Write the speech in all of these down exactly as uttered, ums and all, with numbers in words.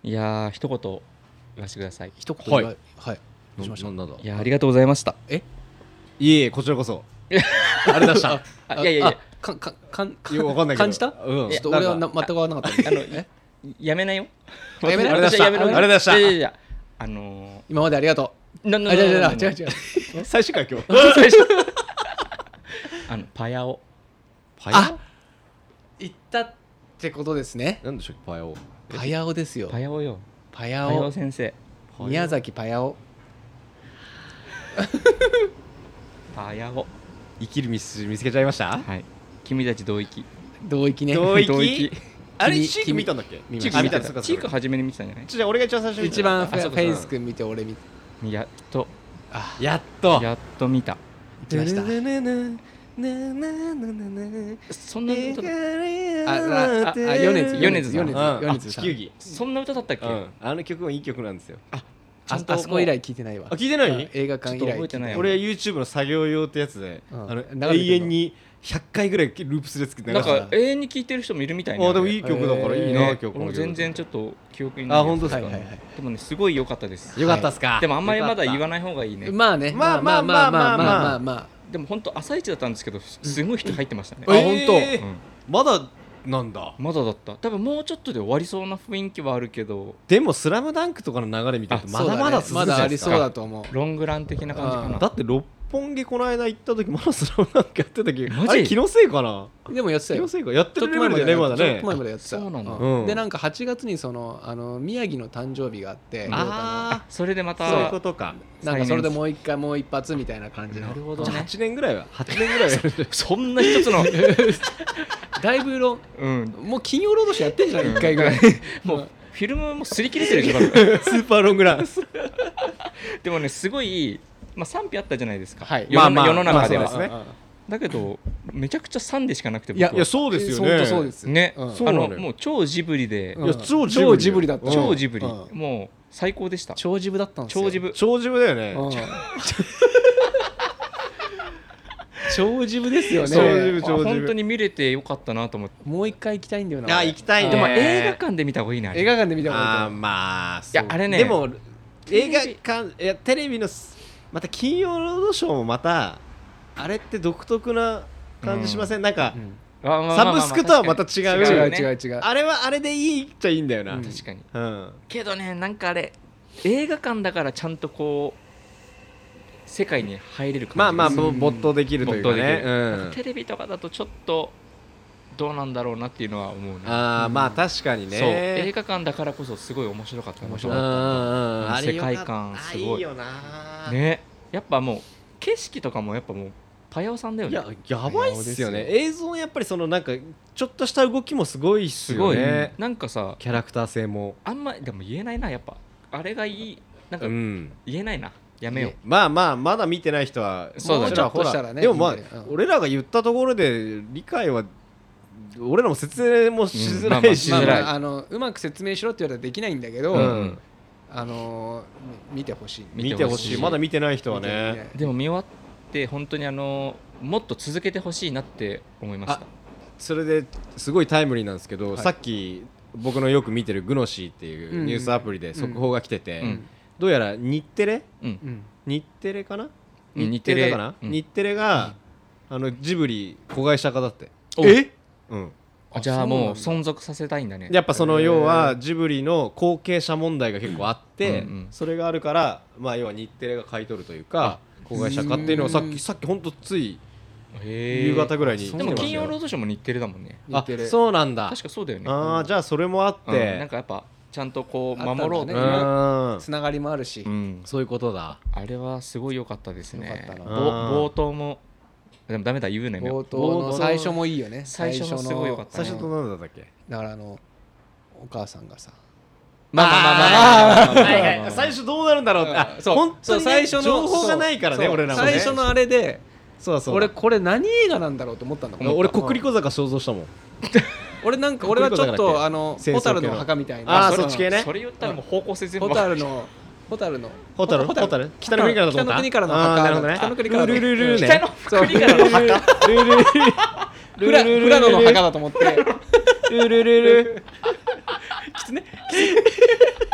いやー一言言わせてください。 一言言わはいはいどうしましたななんだいやーありがとうございました。 えいえいえこちらこそあれだしたあいやいやいやあかかかんいやわかんないけど感じたうんちょっと俺はな全く分からなかったあのえやめないよ。 あやめない私はやめないあれだしたいやいやいやあの今までありがとーななうあ違う違うな違う違う最終回今日あのパヤオパヤあ言ったってことですねなんでしょうパヤオパヤオですよパヤオよパヤパヤオオ先生宮崎パヤオパヤオ生きる道筋見つけちゃいましたはい君たち同域同域ね同域同域あれ君チーク見たんだっけ見ましたチークあ見たチ見たそうかそうかーク初めに見てたんじゃないじゃあ俺が一番最初に見た一番フェあそうかフェイス君見て俺見てやっとあやっとやっと見た。 来ましたななななななななそんな歌だあああ米津米津さん米津うん米津さんあ地球儀そんな歌だったっけ、 うんあの曲もいい曲なんですよちゃんとああそこ以来聞いてないわあ聞いてないうん映画館以来ちょっと覚えてないわ俺は YouTube の作業用ってやつでうんあの流れてんの永遠にひゃっかいぐらいループするやつ流なんしてか永遠に聴いてる人もいるみたいな。 あでもいい曲だからいいなね曲俺も全然ちょっと記憶にないあ本当ですかはいはいはいでもねすごい良かったです。 よかったっすかでもあんまりまだ言わないない方がいいね。 まあねまあまあまあまあまあまあまあでも本当朝一だったんですけどすごい人入ってましたね。 あ本当うんまだなんだまだだった。多分もうちょっとで終わりそうな雰囲気はあるけどでもスラムダンクとかの流れ見てるとまだまだ続くじゃまだありそうないですかだと思うロングラン的な感じかうんな。 だって六本木この間行った時まだスラムダンクやってたけどマジあれ気のせいかなでもやってたよ気のせいかやってちょっるレベルでねまだちょっねと前までやってたそうなんだうんでなんかはちがつにそのあの宮城の誕生日があってあそれでまたあそういうことかなんかそれでもう一回もう一発みたいな感じのなるほどじゃあね。 はちねんぐらいははちねんぐらいはやるそんな一つのだいぶロうんンもう金曜ロードショーやってんじゃんいっかいぐらいもうフィルムも擦り切れてるでしょ多分スーパーロングランでもねすごい、まあ、賛否あったじゃないですか、 はい世のまあまあ世の中では、 まあそうですねだけどめちゃくちゃ賛でしかなくて僕いやはいやそうですよ本当ねそうですね、 うんそうなのよあのもう超ジブリで、 うんいや超ジブリ超ジブリだった超ジブリ、 うんもう最高でした。 超ジブだったんですよ超ジブ超ジブだよねうん超ジブですよ超ジブねあ本当に見れてよかったなと思って。 もう一回行きたいんだよなあ行きたいねでもうん映画館で見た方がいいな。 映画館で見た方あーがいいまあいやあれねでも映画テレビ館いやテレビのすまた金曜ロードショーもまあれって独特な感じしません、なんか、 うんあまあまあまあサブスクとはまた違う違う確かにね違う違うあれはあれでいいっちゃいいんだよな、 ううんん確かに。 うんけどねなんかあれ映画館だからちゃんとこう世界に入れる感じまあまあがするぼ没頭できるというか没頭できるねうんテレビとかだとちょっとどうなんだろうなっていうのは思うね。 ああまあ確かにねそう映画館だからこそすごい面白かった面白うんうかっんうんあれよかった世界観すごいあいいよなねやっぱもう景色とかもやっぱもうパヤオさんだよね。 いややばいっすよね映像やっぱりそのなんかちょっとした動きもすごいっすすごい、 よねなんかさキャラクター性もあんまでも言えないなやっぱあれがいいなんかうん言えないなやめよう、 まあまあまだ見てない人はそうだねちらほもうちょっとしたらねでもまあいいんだようん俺らが言ったところで理解は俺らも説明もしづらいし、 うんまあまあしづらいまあまああのうまく説明しろって言われたらできないんだけど、 うんあのーみ見てほしい見てほしいまだ見てない人はねでも見終わって本当にあのもっと続けてほしいなって思いました。 それですごいタイムリーなんですけど、 はいさっき僕のよく見てるグノシーっていうニュースアプリで速報が来てて、 うんどうやら日テレうんうん日テレかなうん日テレだかな、 うん日テレが、あのジブリ子会社化だってえうんあじゃあもうそうなん存続させたいんだね。 やっぱそのへー要はジブリの後継者問題が結構あって、 うんうんそれがあるからまあ要は日テレが買い取るというか子会社化っていうのをさっうんきさっきほんとついへー夕方ぐらいにでも金曜ロードドショーも日テレだもんね。 あ日テレそうなんだ確かそうだよね。 あーじゃあそれもあっうんて、 なんかやっぱちゃんとこうあったんだね守ろうという、 うんつながりもあるし、 うん、 そういうことだあれはすごい良かったですね。 良かったなぼあー冒頭もでもダメだ言うね冒頭冒頭の最初もいいよね最初もすごい良かったね最初と何だったっけだからあのお母さんがさまあまあまあまあまあまあまあまあはいはい最初どうなるんだろうってあそう本当に、ね、 そう最初の情報がないからねそう俺らもね最初のあれでそうそう俺これ何映画なんだろうと思ったんだもん俺国立小坂想像したもん俺なんか俺はちょっ国立小坂だっけとあの戦争系の蛍の墓みたいなあーそれそっち系ねそれ言ったらもう方向性全部蛍の蛍のホタルホタル北の国からだと思った北の国からのあー墓なるほどね北の国からのルルルルね北の国からの墓ルルルルフラフラノの墓だと思ってルルルル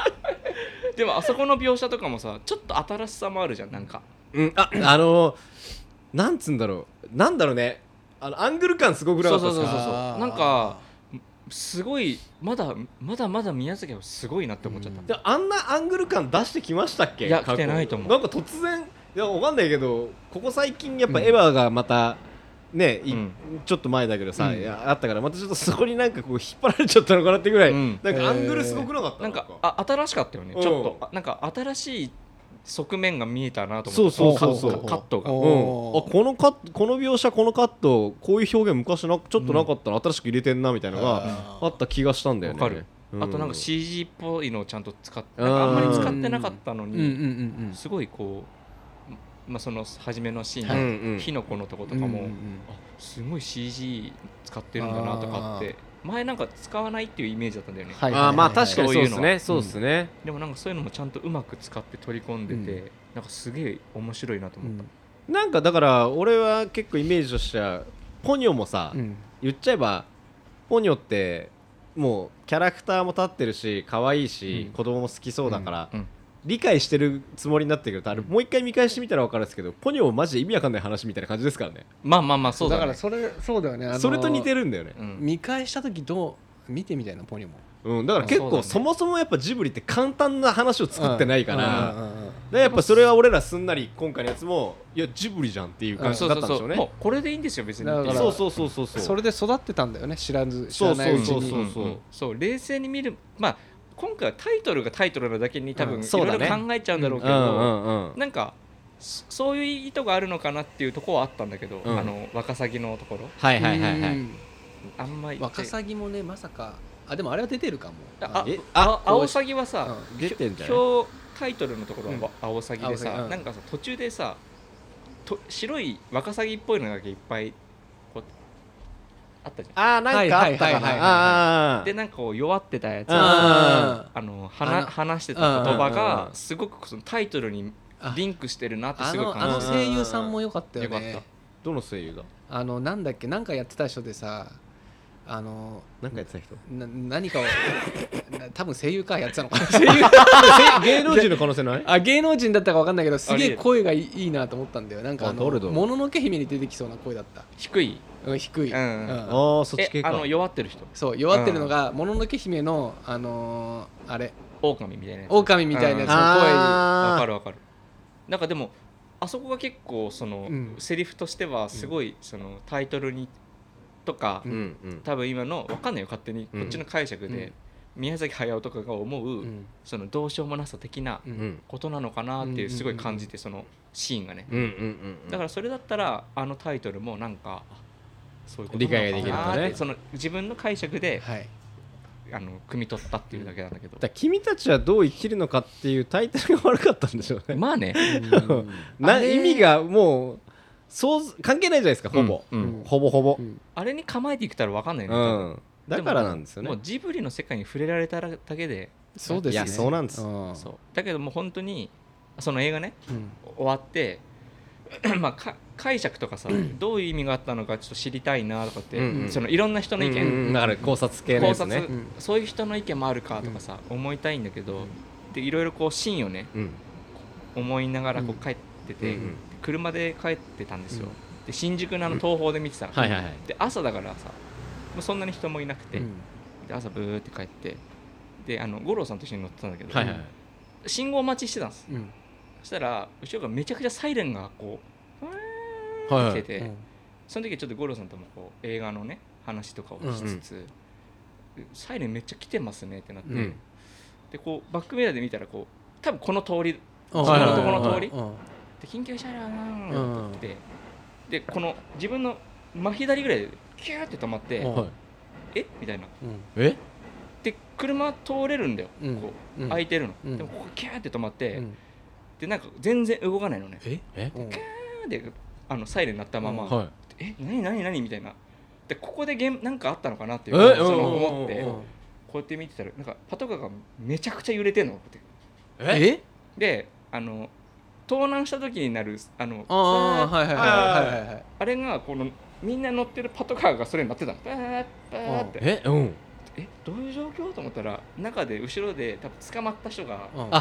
でもあそこの描写とかもさちょっと新しさもあるじゃんなんかうん、ああのー、なんつうんだろうなんだろうねあのアングル感すごくなかったですか。 そうそうそうそうあーなんかすごいまだまだまだ宮崎はすごいなって思っちゃった、 うんであんなアングル感出してきましたっけ。 いや過去来てないと思うなんか突然いやわかんないけどここ最近やっぱエヴァがまた、ね、いうんちょっと前だけどさ、 うんいやあったからまたちょっとそこになんかこう引っ張られちゃったのかなってぐらい、 うんなんかアングルすごくなかった、 なんかあ新しかったよねちょっうんとあなんか新しい側面が見えたなとそう思ってそうそうそうカカットがうん、あおーこのカットこの描写このカットこういう表現昔なちょっとなかったの、新しく入れてんなみたいなのがああった気がしたんだよね。 わかるうんあとなんか シージー っぽいのをちゃんと使ってなんかあんまり使ってなかったのうんうんうんにうんすごいこうまあその初めのシーンうんのうん火の粉のとことかもうんうんうんあすごい シージー 使ってるんだなとかって前なんか使わないっていうイメージだったんだよね、 はいあーまあ確かにそうですそういうのはねそうですね、 でもなんかそういうのもちゃんとうまく使って取り込んでて、 うんなんかすげえ面白いなと思った、 なんかだから俺は結構イメージとしてはポニョもさ、 うん言っちゃえばポニョってもうキャラクターも立ってるし可愛いし、 うん子供も好きそうだから、 うん理解してるつもりになってるけどあれもう一回見返してみたら分かるんですけどポニョもマジで意味わかんない話みたいな感じですからね。 まあまあまあそうだ,、ね、 からそれそうだよねあのそれと似てるんだよね、 うん、 見返した時どう見てみたいなポニョもうん、だから結そうだね構そもそもやっぱジブリって簡単な話を作ってないから、 うんうんうんうんでやっぱそれは俺らすんなり今回のやつもいやジブリじゃんっていう感じそうそうそうだったんでしょうね。 もうこれでいいんですよ別にだからそうそうそうそうそうそれで育ってたんだよね知らず知そうらないうちそうにそうそううんそう冷静に見るまあ今回はタイトルがタイトルなだけに多分いうんそうだねろいろ考えちゃうんだろうけど、 うんうんうんなんかそそういう意図があるのかなっていうところはあったんだけど、 うんあのワカサギのところはいはいはいはい、 うんあんまりワカサギもねまさかあでもあれは出てるかもあえああアオサギはさ、 うん出てんじゃない表タイトルのところはアオサギでさ、 アオサギうんなんかさ途中でさと白いワカサギっぽいのだけいっぱいこうあったじゃんあーなんかあったかはいはいはいはいなあでなんかこう弱ってたやつうんあのあ話の話してた言葉うんうんうんがすごくそのタイトルにあリンクしてるなってあすごいのあの感じた声優さんも良かったよよかったねどの声優だあのなんだっけなんかやってた人でさあのなんかやってた人な何かをな多分声優かやってたのかな声優芸能人の可能性ないあ芸能人だったか分かんないけどすげえありえる声がいいいいなと思ったんだよなんかあのあ誰だもののけ姫に出てきそうな声だった低いうん低い、 うんうんああそっち系かえあの弱ってる人そう弱ってるのがもののけ姫のあのーあれ狼みたいなやつ狼みたいなやつの声にあーわかるわかるなんかでもあそこが結構その、 うんセリフとしてはすごいそのタイトルにとか、 ううんうん多分今のわかんないよ勝手にうんこっちの解釈で、宮崎駿とかが思う、 うんそのどうしようもなさ的なうんうんことなのかなっていうすごい感じうてそのシーンがね、 うんうんうんだからそれだったらあのタイトルもなんかあそういうこと理解ができるなのかなとねってその自分の解釈ではいあの汲み取ったっていうだけなんだけど、 だから君たちはどう生きるのかっていうタイトルが悪かったんでしょうねまあねうんなあれ意味がもうそう関係ないじゃないですかほぼ、 うんうんうんほぼほぼ、 うんあれに構えていったらわかんないね、 う多分ん、だからなんですよねもうジブリの世界に触れられただけでそうですねいやそうなんですうんそうだけどもう本当にその映画ねうん終わってまあか解釈とかさどういう意味があったのかちょっと知りたいなとかって、 うんうんそのいろんな人の意見、 うんうんだから考察系のやつね考察、 うんそういう人の意見もあるかとかさ、思いたいんだけど、でいろいろこうシーンをねうん思いながらこううん帰ってて、 うんうん車で帰ってたんですよ、 うんで新宿のあの東宝で見てたの、 はいはいはいで朝だからさもうそんなに人もいなくて、 うんで朝ブーって帰ってであの五郎さんと一緒に乗ってたんだけど、 はいはい信号待ちしてたんですうんそしたら後ろがめちゃくちゃサイレンがこうふはいはいわーって来てて、 うんその時ちょっと五郎さんともこう映画のね話とかをしつつ、サイレンめっちゃ来てますねってなって、 うんでこうバックミラーで見たらこう多分この通りうん自分のところの通り、 うんで緊急車両なーって言って、でこの自分の真左ぐらいでキューって止まって、 うんはいえみたいなえで車通れるんだよ、 うんこううん空いてるの、 うんでもここキューって止まって、 うんでなんか全然動かないのねええうんであのサイレン鳴ったまま、 はいえ何何何みたいなでここでゲームなんかあったのかなっていうえそのうん思ってうんこうやって見てたらなんかパトカーがめちゃくちゃ揺れてんのってえであの盗難した時になるあのああはいはいはいはいはいはいあれがこのみんな乗ってるパトカーがそれになってたのバーッバーってえうんえどういう状況と思ったら中で後ろで多分捕まった人がうんあ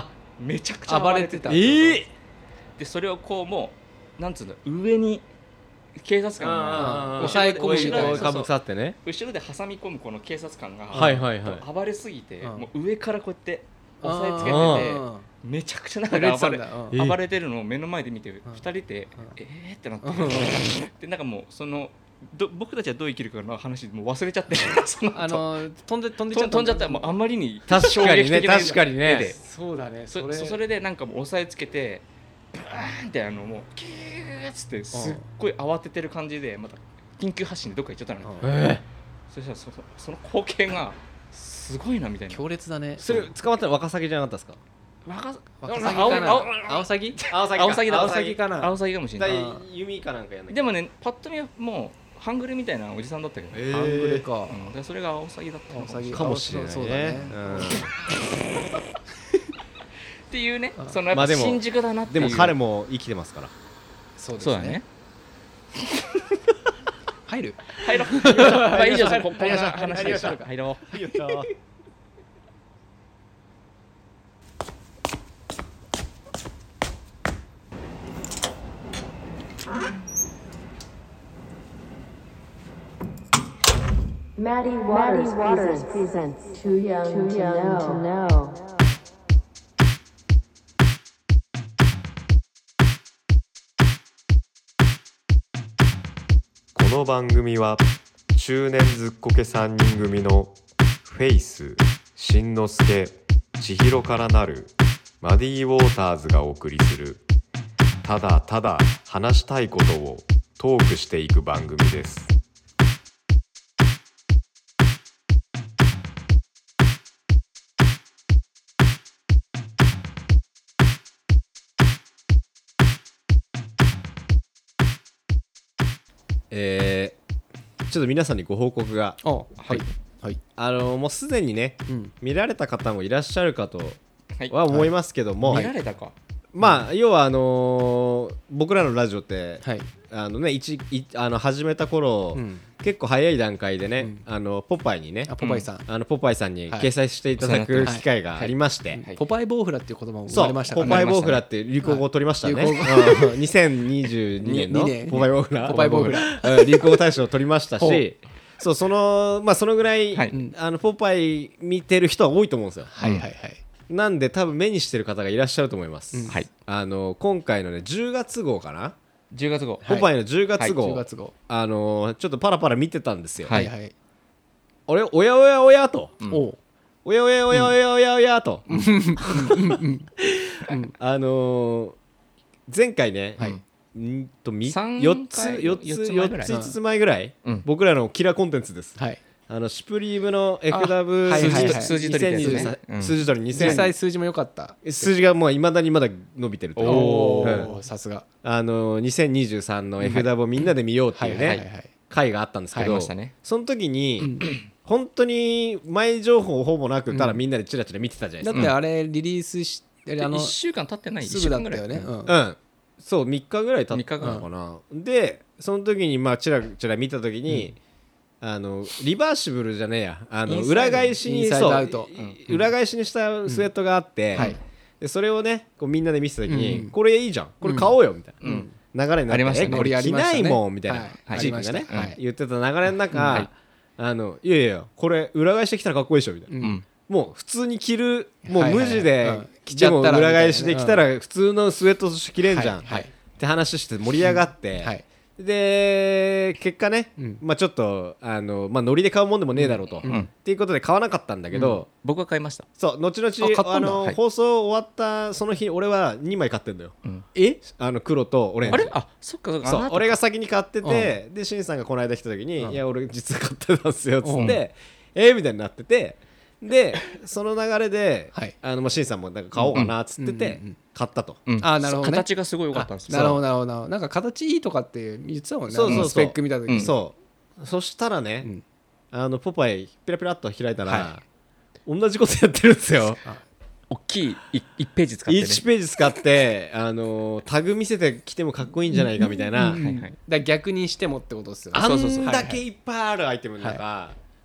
めちゃくちゃ暴れてた。 暴れてえでそれをこうもうなんつうの上に警察官が抑え込むみたいなこうかぶ後ろでさってね。 後ろで挟み込むこの警察官が、 はいはいはい。 暴れすぎて、 うんもう上からこうやって押さえつけてあてーめちゃくちゃなんか暴れてた暴れんだうんえ暴れてるのを目の前で見てんふたりでうんえーってなってうんでなんかもうそのど僕たちはどう生きるかの話もう忘れちゃってその後あの飛んで飛んでちゃったと飛んじゃったらもうあんまりに確かにね衝撃的な確かにね絵でそうだねそそそれでなんかもう押さえつけてブーンってあのもうキーッつってすっごい慌ててる感じでまた緊急発進でどっか行っちゃったのようんえそしたらそそその光景がすごいなみたいな強烈だねー、それ捕まったらワカサギじゃなかったですか？ わかワカサギかな青青アオサギアオサアオサギだアオサギかなアオサギかもしれないだい弓かなんかやんなきゃ。 でもねパッと見はもうハングルみたいなおじさんだったけど、 えーハングルかうん、でそれがアオサギだったのかもしれないかもしれないね。 そうだねっていうねあそのやっぱまあでも新宿だなっていうでも彼も生きてますから。 そうですそうだね入る入ろうまあ以上ここんな入りましょう話でした入りましょう入ろう Maddie Waters, Waters presents, presents Too Young, Too young to Know. To know. この番組は中年ずっこけさんにん組のフェイス、しんのすけ、ちひろからなるマディウォーターズがお送りするただただ話したいことをトークしていく番組です。 えー、ちょっと皆さんにご報告が、 あはいはいあのもうすでにねうん見られた方もいらっしゃるかとはいは思いますけども、 見られたかまあ要はあのー僕らのラジオって、 はいあのね一いあの始めた頃、 うん結構早い段階でね、 うんあのポパイにねあポパイさんあのポパイさんにはい掲載していただくはい機会がありまして、 はいポパイボウフラっていう言葉も生そうまれましたからポパイねボウフラっていう流行語を取りましたね、 はい流うんにせんにじゅうにねんのにねんポパイボウフラポパイボウフラうん流行語大賞を取りましたほうし、そうそのまあそのぐらい、 はいうんあのポパイ見てる人は多いと思うんですよ。 はいはいはいなんで多分目にしてる方がいらっしゃると思います、 うんはいあの今回のねじゅうがつ号かな、 じゅうがつ号はいポパイのじゅうがつ号、 じゅうがつ号あのちょっとパラパラ見てたんですよ、 はいはいはい俺おやおやおやと、 うんおうおやおやおやおやおやおやと、あのー前回ね、 はいんとみ三よっつ回よっつ四つ前よぐらいっついつつまえぐらい、 うん僕らのキラーコンテンツです、 はいあのシュプリームの エフダブあはいはいはい数字取りってやつねうん数字取りにせん実際数字も良かった数字がもういまだにまだ伸びてるというおうんおさすがあのにせんにじゅうさんの エフダブ をみんなで見ようっていうね、 はいはいはい回があったんですけありど、 ましたねその時に、本当に前情報ほぼなくただみんなでチラチラ見てたじゃないですか、 だってあれリリースしあのいっしゅうかん経ってないすぐだったよねいっしゅうかんぐうんうん、そうみっかぐらい経ったみっかぐらいのかな、でその時にまあチラチラ見た時に、あのリバーシブルじゃねえやあのインサイド裏返しにインサイドそうアウトい裏返しにしたスウェットがあって、 はいでそれをねこうみんなで見てた時に、 うんこれいいじゃんこれ買おうよみたいな、 うん流れになってありましたねえこれ着ないもんみたいはない地域がね、 ありましたはい言ってた流れの中、 はいあのいやいやこれ裏返してきたらかっこいいでしょみたいな、 うんうんもう普通に着るもうはいはいはい無地で、 うん着ちゃでもったら裏返しで着たみら普通のスウェットとして着れんじゃん、 はいはいって話して盛り上がって、 はいで結果ね、 うんまあちょっとあの、まあ、ノリで買うもんでもねえだろうと、 うんっていうことで買わなかったんだけど、 僕は買いましたそう後々 あ買ったんだの、 はい放送終わったその日俺はにまい買ってんだよ、 うんえあの黒とオレンジあれあそっかそっかそうあなた俺が先に買ってて、でしんさんがこの間来た時に「 うんいや俺実は買ってたんですよ」っつって「 うんえーみたいになっててでその流れで、 はいあのまあしんさんもなんか買おうかなっつってて、 うんうんうん買ったと、 うんあなるほどね形がすごい良かったんですよなるほどなるほどなるほどなんか形いいとかって言ってたもんねそうそうそうあのスペック見た時にそうそしたらね、 うんあのポパイピラピラっと開いたら、 は同じことやってるんですよ大きいいいちページ使ってねいちページ使って、あのータグ見せてきてもかっこいいんじゃないかみたいな、 うんはいはいだから逆にしてもってことですよねあそうそうそうんだけいっぱいあるアイテムの中、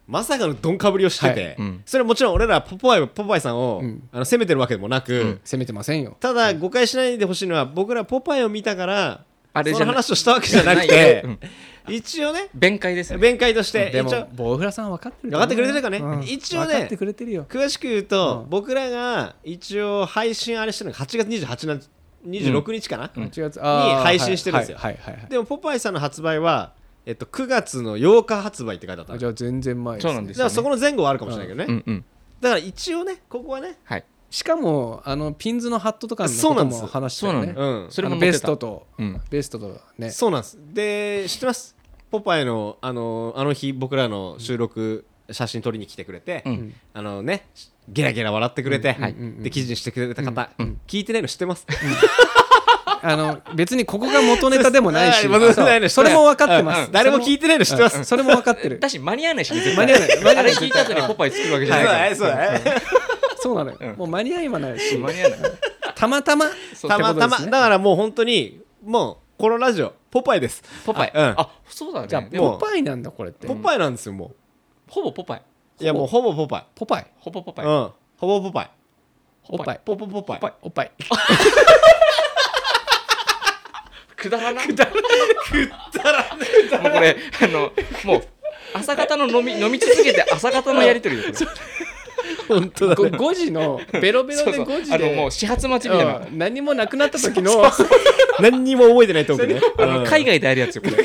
まさかのドンかぶりをしてて、 はいうん、 それはもちろん俺らポパイポパイさんを、 うんあの責めてるわけでもなく、 うん、 責めてませんよ。 ただ誤解しないでほしいのは僕らポパイを見たからそのあれじゃない話をしたわけじゃなくじてゃないよ一応ね弁解ですね。 弁解としてでも一応ボウフラさん分かってる分かってくれてるかねうん一応ね分かってくれてるよ。 詳しく言うと、 うん僕らが一応配信あれしてるのがはちがつにじゅうはちにちにじゅうろくにちかな、 うんはちがつに配信してるんですよはいはいはいはい。 でもポパイさんの発売は、えっと、くがつのようか発売って書いてあったのあじゃあ全然前ですね。 そうなんですだからそこの前後はあるかもしれないけどね、 うんうん。 だから一応ねここはねはい。 しかもあのピンズのハットとかのこともそうなんです話したよね。 そうなんだうんそれもあのベス載ってたトとうん。 ベストとね。 そうなんですで知ってますポパイのあのあの日僕らの収録写真撮りに来てくれて、 うんあのねゲラゲラ笑ってくれて、 はいで記事にしてくれた方、 うん聞いてないの知ってます、 あの別にここが元ネタでもないし、 はい元ネタないのそうそれも分かってますうん。 誰も聞いてないの知ってます、 それも分かってる。 だし間に合わないしね、絶対間に合わない間に合わないあれ聞いた後にポパイ作るわけじゃないから。 そうだねそうだねそうなのよ。 うんもう間に合いもないし、 間に合わない。 たまたまそうたまたま、 ってことですねだからもう本当にもうこのラジオポパイですポパイ。 あうんあ、そうだね。 じゃあでもポパイなんだこれって。 ポパイなんですよもほぼポパイ。 ういやもうほぼポパイポパイほぼポパイ。 うんほぼポパイおっぱいポポポパイポパイ。 おっぱい。 くだらな。くだらな。くだらな。もうこれあのもう朝方の飲み飲み続けて朝方のやりとりでこれ。 本当だごごじのベロベロでそうそうごじであのもう始発待ちみたいな。 うん何もなくなった時の何にも覚えてないトークねあのうん海外であるやつよこれ。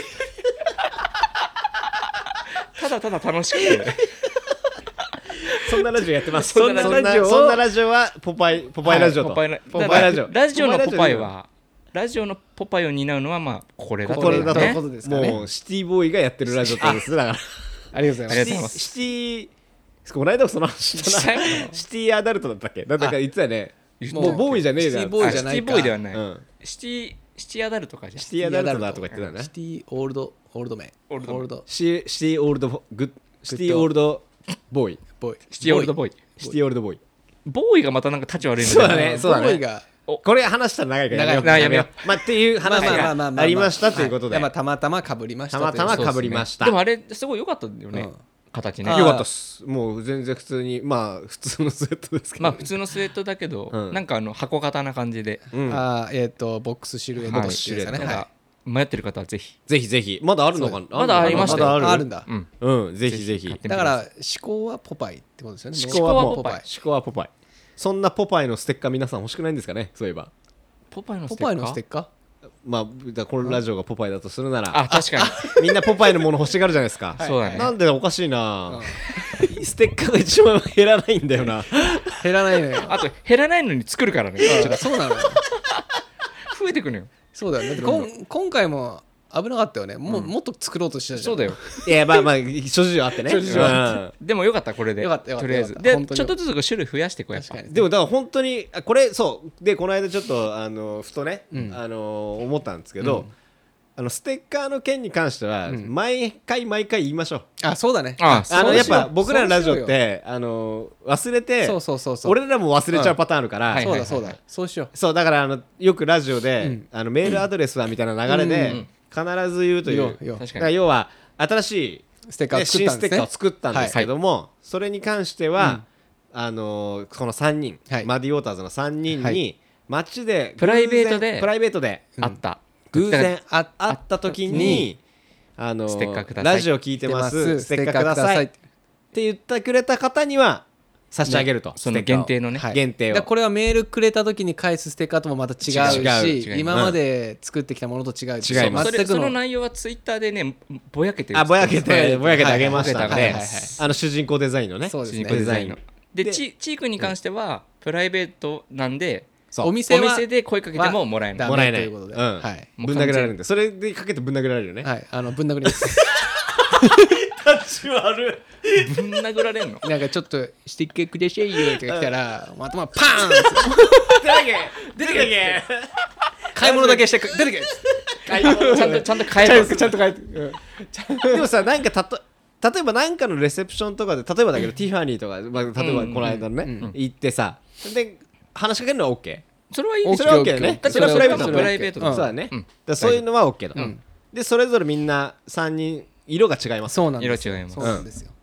ただただ楽しくて。 そんなラジオやってますそんなラジオをそんなラジオはポパイポパイラジオと、 ポパイラポパイラジオラジオのポパイポはラジオのポパイを担うのはまあこれだとこれだとということですかねもうシティボーイがやってるラジオってことですだからありがとうございますありがとうございますシティこの間もその話したしたよなシティアダルトだったっけだから言ってたよねももうボーイじゃねえじゃんシティボーイじゃないかあシティボーイではない、 うんシティシティアダルトかじゃシティアダルトだとか言ってたよねシティオールドオールドメンオールドオールドシシティオールドグッシティオールドボーイボーイシティオールドボーイシティオールドボーイボーイがまたなんか立ち悪いんだそうだねそうだねボーイがこれ話したら長いから長いやめよまあっていう話がありましたということではまあたまたまかぶりましたたまたまというかぶりましたでもあれすごい良かったんだよね、 うん形ねあーよかったっすもう全然普通にまあ普通のスウェットですけどまあ普通のスウェットだけど、 うんなんかあの箱型な感じで、 うんあーえっとボックスシルエットはいっていうんですかねなんか迷ってる方はぜひ、 ぜひぜひまだあるのかなまだありましたよまだあるあるんだうん、 うんぜひぜひ買ってみだかてくださいら思考はポパイってことですよね思考はもう思考はポパイ思考はポパイそんなポパイのステッカー皆さん欲しくないんですかねそういえばポパイのスポパイテッカーのステッカまあだからこのラジオがポパイだとするならあ確かに、 みんなポパイのもの欲しがるじゃないですかそうだねなんでおかしいなステッカーが一番減らないんだよなー減らないのよあと減らないのに作るからねあそうなのよ増えてくのよそうだよねだってこん今回も危なかったよねもうもっと作ろうとしてたじゃんそうだよいやまあまあ諸事情あってね諸事情うんでもよかったこれでよかったよかったとりあえずよかったで本当にちょっとずつ種類増やしていこうやっぱ確かにでもだから本当にあこれそうでこの間ちょっとあのふとね、 うんあの思ったんですけど、 うんあのステッカーの件に関しては、 うん毎回毎回言いましょうあそうだねああそうしようのやっぱ僕らのラジオっそうてあの忘れてそうそうそうそう俺らも忘れちゃうパターンあるから、 はいそうだそうだそうしようそうだからあのよくラジオで、 うんあのメールアドレスはみたいな流れで、 うん必ず言うという、 言おう言おう確かにだから要は新しい、 ステッカーねを作ったんですね新ステッカーを作ったんですけども、それに関しては、あのーこのさんにん、 はいマディウォーターズのさんにんに、 はい街でプライベートで偶然プライベートであった偶然あ会った時に、あのーステッカーくださいラジオ聞いてますステッカーくださいって言ってくれた方には差し上げると、 そのステッカーを限定のね、 はい限定をだからこれはメールくれた時に返すステッカーともまた違うし違う違う今まで作ってきたものと違うし違いますそれ全くのその内容はツイッターでねぼやけてあぼやけてぼやけてあげましたのではいはいはいはいあの主人公デザインのねそうですね主人公デザインのででチチークに関してはプライベートなんでそうお店はお店で声かけてももらえないダメもらえないということでうんはいぶん殴られるんでそれでかけてぶん殴られるよねはいあのぶん殴りです立ち悪いぶん殴られんのなんかちょっとステッカーくださいよとか来たら頭パーンって出てけ出てけ買い物だけしてく出てけちゃんとちゃんと変えるちゃんと買えてでもさなんかたと例えばなんかのレセプションとかで例えばだけどティファニーとか、まあ、例えばこの間のね、 うん行ってさで話しかけるのは OK それはいいオッケーそれは OK だよねオッケーそれはプライベートだもんねプライベートだうんそうだね、 うんだからそういうのは OK だ、 うんでそれぞれみんなさんにん色が違いますそうなんですよ色違いますそうなんですよ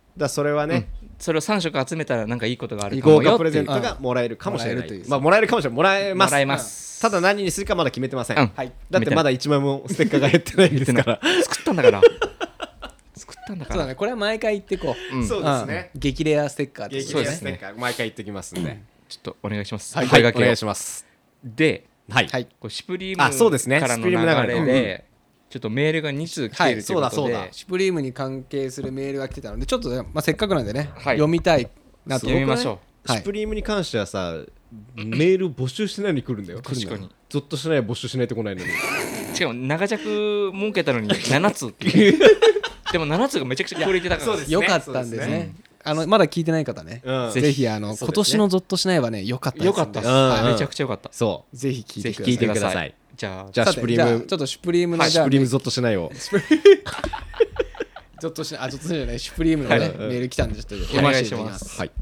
だそれはね、 それをさん色集めたらなんかいいことがあるかもよ豪華プレゼンっていうトがもらえるかもしれない、 もらえるというまあもらえるかもしれないもらえますもらえますただ何にするかまだ決めてません、 うんはいだってまだいちまいもステッカーが減ってないんですから作ったんだから作ったんだからそうだねこれは毎回言ってこう、 うんそうですね、 うん激レアステッカーって激ことねレアステッカー毎回言ってきますんで、 ちょっとお願いします、 はい、 声掛けをお願いします。 ではい、 はいこうシュプリーあそうですねムからのシュプリーム流れ流れでちょっとメールがに通来ているということはいそうだそうでだシュプリームに関係するメールが来てたのでちょっとね、まあ、せっかくなんでね、 はい読みたいなと読みましょはいシュプリームに関してはさメール募集してないのに来るんだよう確かにゾッとしない募集しないと来ないのにしかも長尺設けたのにななつっていうでもななつがめちゃくちゃクオリティ高かったそうですねよかったんですねそうですねあのまだ聞いてない方ね、 うんぜひあの、 そうですね今年のゾッとしないはねよかったですんでよかったっす、 うんうんめちゃくちゃよかったそうぜひ聞いてください聞いてくださいじゃあじゃあさてシュプリームじゃあちょっとシュプリームの、 はいじゃあシュプリームゾッとしないをゾッとしないあゾッとしないじゃないシュプリームのね、 はいメール来たんでちょっと読ませていただきますはい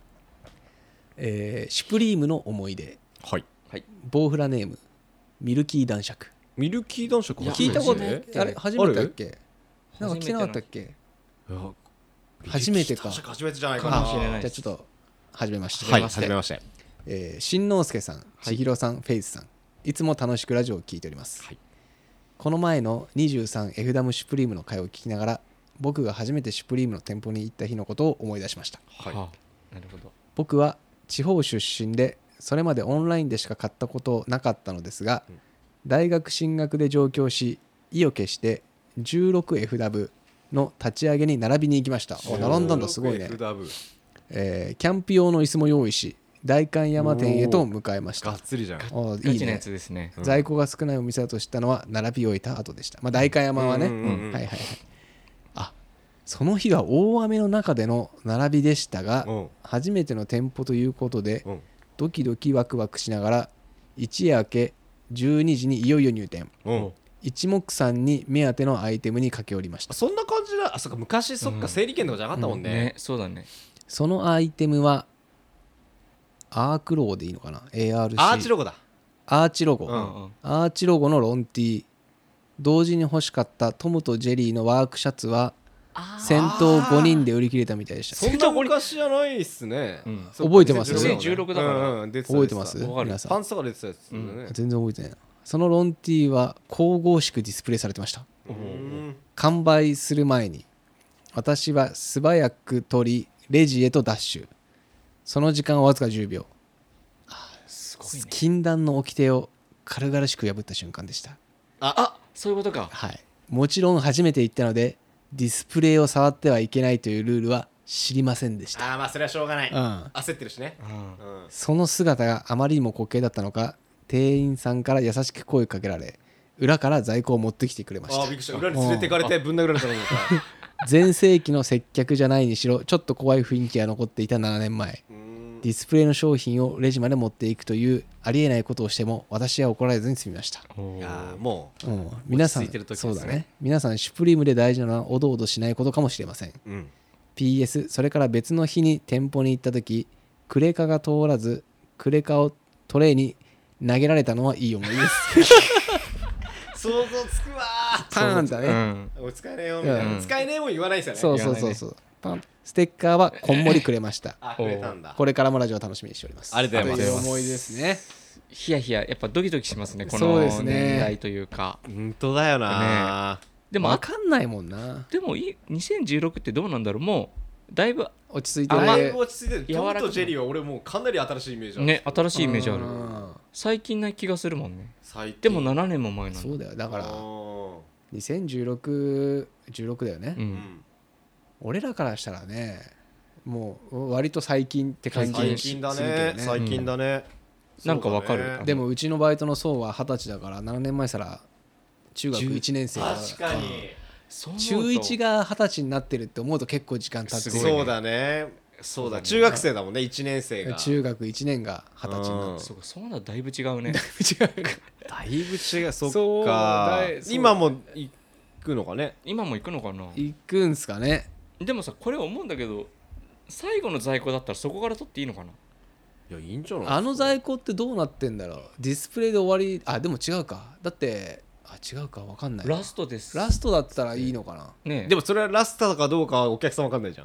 えーシュプリームの思い出はいボウフラネームミルキー男爵ミルキー男爵いや聞いたこと初めてあれ初めてだっけあるなんか来てなかったっけいや初めてかミルキー男爵初めてじゃないかかなもしれないじゃあちょっと始めまして、 はいはじめ初めましてえー、新之助さん、千尋さん、フェイスさん、いつも楽しくラジオを聞いております。 はいこの前の にじゅうさんエフ ダムシュプリームの回を聞きながら、僕が初めてシュプリームの店舗に行った日のことを思い出しました。 はいはあなるほど僕は地方出身で、それまでオンラインでしか買ったことなかったのですが、 うん大学進学で上京し、意を決して じゅうろくエフ ダブの立ち上げに並びに行きました。お並んだんだ、すごいね。えーキャンプ用の椅子も用意し代官山店へと向かいましたがっつりじゃんおいいねガチなやつですね在庫が少ないお店だと知ったのは並び終えた後でした、まあ、代官山はね、 うんうんうんうんはいはいはいあその日は大雨の中での並びでしたが、 うん初めての店舗ということで、 うんドキドキワクワクしながら一夜明けじゅうにじにいよいよ入店うん一目散に目当てのアイテムに駆け寄りましたそんな感じだあそっか昔そっか整理券とかじゃなかったもんねねそうだねそのアイテムはアークロゴでいいのかな エーアールシーアーチロゴだアーチロゴ、 うんうんアーチロゴのロンティー同時に欲しかったトムとジェリーのワークシャツは先頭ごにんで売り切れたみたいでしたそんな昔じゃないっすねうんそっか覚えてますにせんじゅうろくだからうんうん出てた覚えてます出てたわかる皆さんパンツとか出てたやつだよね全然覚えてないなそのロンティーは神々しくディスプレイされてましたうん完売する前に私は素早く取りレジへとダッシュその時間はわずかじゅうびょうすごいね禁断の掟を軽々しく破った瞬間でしたあそういうことかはいもちろん初めて行ったのでディスプレイを触ってはいけないというルールは知りませんでした、 ああまあそれはしょうがないうん、 焦ってるしねうんうんその姿があまりにも滑稽だったのか店員さんから優しく声かけられ裏から在庫を持ってきてくれましたああびっくりした裏に連れてかれてぶん殴られたのか全盛期の接客じゃないにしろちょっと怖い雰囲気が残っていたななねんまえうんディスプレイの商品をレジまで持っていくというありえないことをしても私は怒られずに済みました、 いやーもうん、皆さん落ち着いてる時ですねそうだね皆さんシュプリームで大事なのはおどおどしないことかもしれませんううんピーエス それから別の日に店舗に行った時クレカが通らずクレカをトレイに投げられたのはいい思いです想像つくわパーンだね、 うんーお使えねえよみたいうんな使えねえもん言わないですよねそうそうそうそうパンステッカーはこんもりくれましたあくれたんだこれからもラジオを楽しみにしておりますありがとうございますという思いですねヒヤヒヤやっぱドキドキしますねこのそうですね年代というか本当だよなでもあ分かんないもんなでもいいにせんじゅうろくってどうなんだろうもうだいぶ落ち着いてだねいぶ落ち着いてるト柔らかくムとジェリーは俺もうかなり新しいイメージあるね新しいイメージあるうん最近な気がするもんね最近でもななねんも前なんだそうだよだからあーにせんじゅうろく、じゅうろくだよね、 ううんん俺らからしたらねもう割と最近って感じ最近だするけどね最近だねなんかわかるそうだねでもうちのバイトの層ははたちだからななねんまえしたら中学いちねん生だ確かにそう思うと中いちがはたちになってるって思うと結構時間経ってるすごいねそうだねそうだそうだね中学生だもんねいちねん生が中学いちねんがはたちになうんってそうかそうなるとだいぶ違うねる違うだいぶ違うそそうっかだいそう今も行くのかね今も行くのかな行くんすかねでもさこれ思うんだけど最後の在庫だったらそこから取っていいのかないやいいんじゃないあの在庫ってどうなってんだろうディスプレイで終わりあでも違うかだってあ違うか分かんないラストですラストだったらいいのかなねでもそれはラスターかどうかはお客さんわかんないじゃん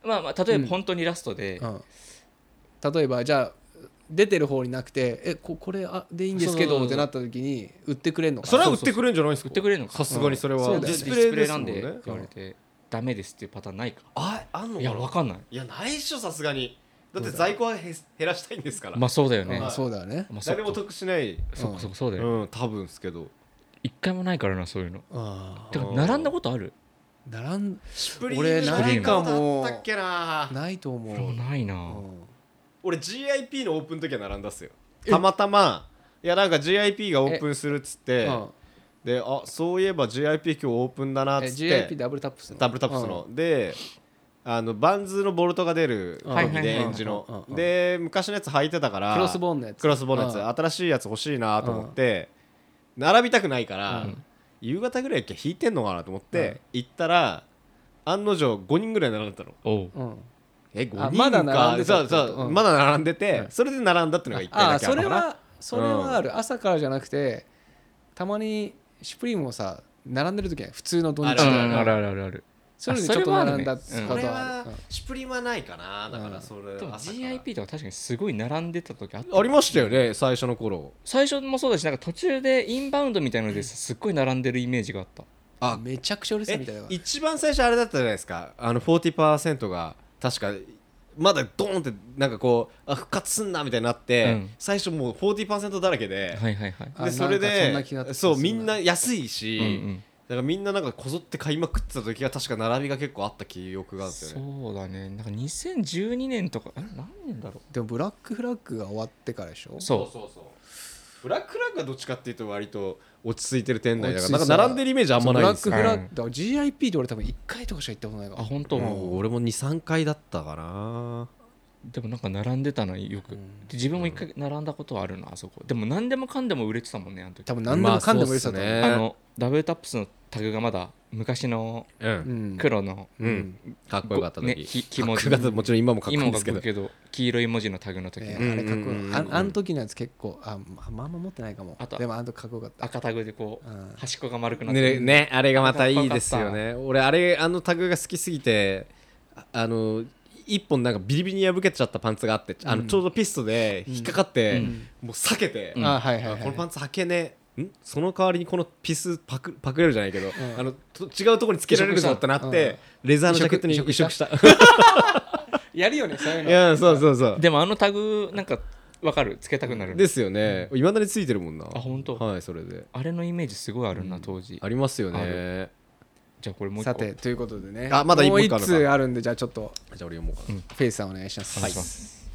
まあまあ例えば本当にラストで、 うん、例えばじゃあ出てる方になくてえ こ, これあでいいんですけどってなった時に売ってくれんのかな。 それは売ってくれるんじゃないですか。 売ってくれるのかさすがにそれは、 うんディスディスプレイプレイなんでですもんねって言われてダメですっていうパターンないか。 ああんのかないやわかんない。 いやないっしょさすがに。だって在庫はへ減らしたいんですから、 まあそうだよね、 うんそうだよね。 まあ、そっか誰も得しない。 そっかそっかそうだよ、 うん多分ですけど一回もないからなそういうの。 あてか並んだことある？ あ並んシュプリーム俺ないかもだったっけな。 ないと思俺もう。 ないな、 うん俺 ジーアイピー のオープンの時は並んだっすよ。たまたまいやなんか ジーアイピー がオープンするっつってうんであそういえば ジーアイピー 今日オープンだなっつえってジーアイピー ダブルタップスのダブルタップスの、であのバンズのボルトが出る時はいはいはいでエンジうんうんのうんで昔のやつ履いてたからクロスボーンのやつクロスボーンのやつうん新しいやつ欲しいなと思って並びたくないから、 うん夕方ぐらいっけ引いてんのかなと思って、行ったら案の定ごにんぐらい並んでたの。 おううんえごにんかあまだ並んでたそうそう、 うんまだ並んでて、 うんそれで並んだっていうのがいっかいああだけあるのかな。 それはそれはある、朝からじゃなくてたまにシュプリームもさ並んでる時は普通の土日あだよねうんあるあるあるある。 そういうのにちょっと並んだこあそれはあるねとこれはあるはシュプリマないかな。だからそれでも朝からジーアイピー とか確かにすごい並んでた時あった。 ありましたよね最初の頃。 最初もそうだしなんか途中でインバウンドみたいなのですっごい並んでるイメージがあった。 あめちゃくちゃうるさいみたいなえ一番最初あれだったじゃないですか。あの フォーティーパーセント が確かまだドーンってなんかこうあ復活すんなみたいになって、 うん最初もう フォーティーパーセント だらけで、 はいはいはい。 あでそれなんかそんな気がでするそうみんな安いし、 うんうん。 だからみんななんかこぞって買いまくってた時が確か並びが結構あった記憶があるんですよね。 そうだね。なんかにせんじゅうにねんとかえ何年だろでもブラックフラッグが終わってからでしょう。そう。 そうそうブラックフラッグはどっちかっていうと割と落ち着いてる店内だから落ち着いてたなんか並んでるイメージあんまないんですよ。 ブラックフラッグ、 うんだから ジーアイピー で俺多分いっかいとかしか行ったことないかあら本当。 うん俺もにさんかいだったかな。 でもなんか並んでたのよく。で自分も一回並んだことはあるなあそこ。でも何でもかんでも売れてたもんねあの時。 多分何でもかんでも入れてたと思う、 まあそうっすねあのダブルタップスのタグがまだ昔のううんん黒のうんかっこよかった時、 ねひひかっ文字こよかったもちろん今もかっこいい今もんですけどかっこいいけど黄色い文字のタグの時えのーあれかっこようんうんうんうんかったああの時のやつ結構あまあんま持ってないかもあとでもあの時かっこよかった赤タグでこううん端っこが丸くなってるねねあれがまたいいですよね。俺あれあのタグが好きすぎてああの一本なんかビリビリに破けちゃったパンツがあって、あのちょうどピストで引っかかって、 うんもう避けて、 うんあはいはいはいあこのパンツ履けねえんその代わりにこのピスパクパクれるじゃないけど、 んあのと違うところにつけられるぞってなって、レザーのジャケットに移移植植した。 やるよねそういういのやそうそうそう。 でもあのタグなんかわかるつけたくなるですよね。いまだについてるもんな。 あ本当はいそれであれのイメージすごいあるな当時ありますよあね。 じゃあこれもう一個さてということでねあまだ一もう一本あるのか通あるんでじゃあちょっとじゃあ俺読もうかな。 フェイスさんお願いしますお願いします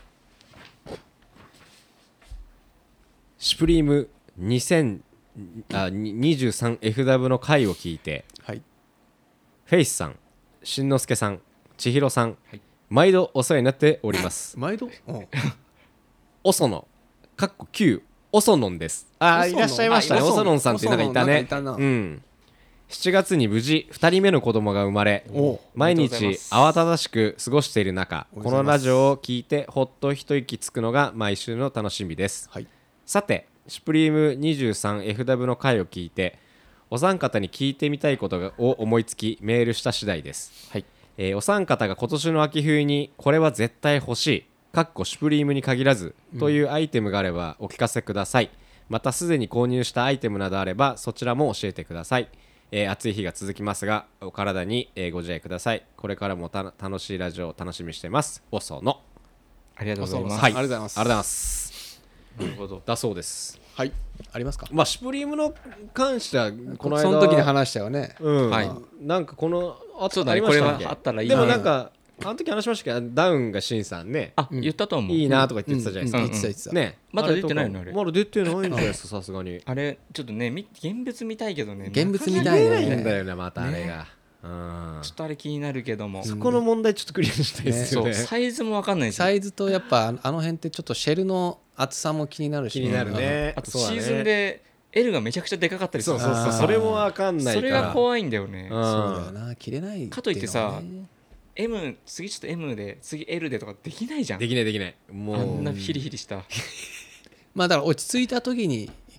シュプリームにせんあにじゅうさんエフダブ の回を聞いてはいフェイスさん、しんのすけさん、ちひろさん、 はい毎度お世話になっております。 毎度うんおその、かっこ旧おそのんです。あーおそのんいらっしゃいましたね。 あおそのんおそのんさんっていうのがいたね。 おそのんなんかいたなうん。しちがつに無事ふたりめの子供が生まれお毎おめでとうござい日ます慌ただしく過ごしている中おめでとうございますこのラジオを聞いてほっと一息つくのが毎週の楽しみです。 はいさてシュプリーム にじゅうさんエフダブ の回を聞いてお三方に聞いてみたいことを思いつきメールした次第です、 はいえーお三方が今年の秋冬にこれは絶対欲しいかっこシュプリームに限らずというアイテムがあればお聞かせください、またすでに購入したアイテムなどあればそちらも教えてください、えー暑い日が続きますがお体に、えーご自愛ください。これからもた楽しいラジオを楽しみにしています。おそのありがとうございますはいありがとうございますありがとうございますなるほどだそうです。 はいありますかまあシュプリームの関してはこの間その時に話したよねうんはいなんかこのあそうだねありましたっけこれはあったらいいなでもなんかあの時話しましたけどダウンがシンさんねあ言ったと思ういいなとか言ってたじゃないですか、 うんうん言ってた言ってたねまだ出てないのれとかあれまだ出てないんじゃないですかさすがにあれちょっとねみ現物見たいけどね現物見たい出ないんだねよねまたあれが、うんちょっとあれ気になるけどもそこの問題ちょっとクリアしたいですよねそうサイズもわかんないしサイズとやっぱあの辺ってちょっとシェルの厚さも気になるし気になるねあとそうだねシーズンで エル がめちゃくちゃでかかったりするそうそうそうあーそれもわかんないからそれが怖いんだよねうんそうだよな切れないかといってさっていうのはね M 次ちょっと M で次 L でとかできないじゃんできないできないもうあんなヒリヒリしたまあだから落ち着いた時に行く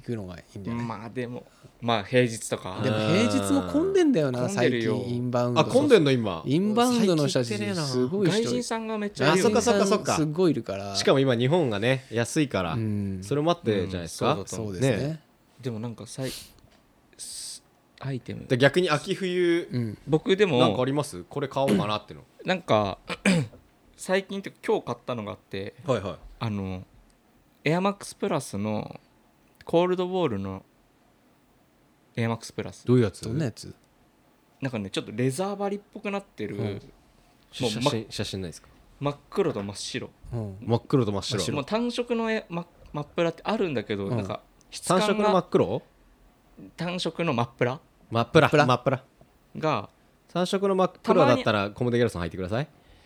くのがいいんじゃない、 まあでもまあ平日とかでも平日も混んでんだよな混んで最るよ近インバウンドあ混んでんの今インバウンドの人たち最近行ってねえなすごい人外人さんがめっちゃいるよ、ね、 あそっかそっかそっかすごいいるからしかも今日本がね安いから、 うんそれもあってじゃないですか、 うんそうですねねでもなんかさいすアイテムで逆に秋冬うん僕でなんかあもりますこれ買おうかなってのなんか最近って今日買ったのがあってはいはいあのエアマックスプラスのコールドボールのエアマックスプラスどういうやつどんなやつなんかねちょっとレザー張りっぽくなってる、 うんもうま写真写真ないですか真っ黒と真っ白うん真っ黒と真っ白もう単色のエママップラってあるんだけど、 うんなんか質単色の真感がっ黒単色のマップラ真っプラ真っプラ真っプラが単色の真っ黒だったらコモデギャルソン履いてください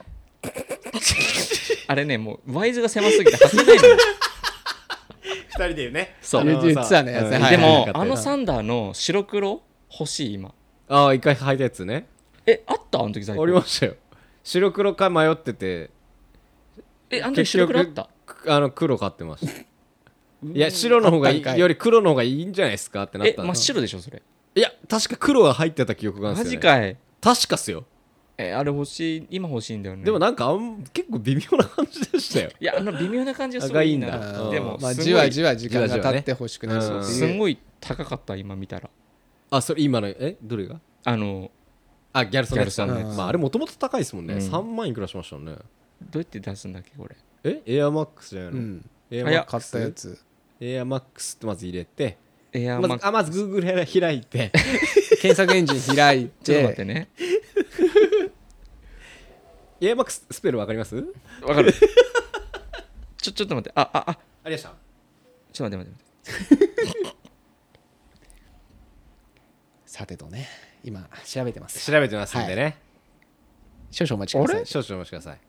あれねもうワイズが狭すぎて履けないのよふたりで言うねそう言ってたねうんはいはいでもはいあのサンダーの白黒欲しい今ああ一回履いたやつねえあったあの時在庫ありましたよ白黒か迷っててえあの時白黒あったあの黒買ってましたいや白の方がいあったんかいいより黒の方がいいんじゃないですかってなったのえ真っ白でしょそれいや確か黒が入ってた記憶があるんマですよ、ね、 ジかい確かっすよえあれ欲しい今欲しいんだよねでもなんかあん結構微妙な感じでしたよいやあの微妙な感じがすごいいいながいいんだでもまあすごいじわじわ時間が経ってほしくなるじわじわねっていうすごい高かった今見たらあそれ今のえどれがあのあギャルソンのやつギャルソンのやつまああれもともと高いですもんね、 うんさんまんいくらしましたねどうやって出すんだっけこれえエアマックスじゃないの、 うんエアマックス買ったやつエアマックスってまず入れてエアマックまずあまず Google 開いて検索エンジン開いちょっと待っててねエアマックススペルわかりますわかるちょちょっと待ってあああありましたちょっと待って待って待ってさてとね今調べてます調べてますんでね、 少々お待ちください少々お待ちください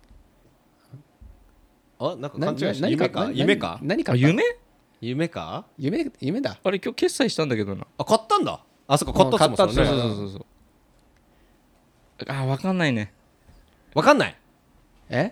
あなんかな勘違いしたな夢かな夢か何かったあ夢夢か夢夢だあれ今日決済したんだけどなあ買ったんだあそっか買ったって言ってましたうん買ったもんねそうそうそうそうあわかんないねわかんないえ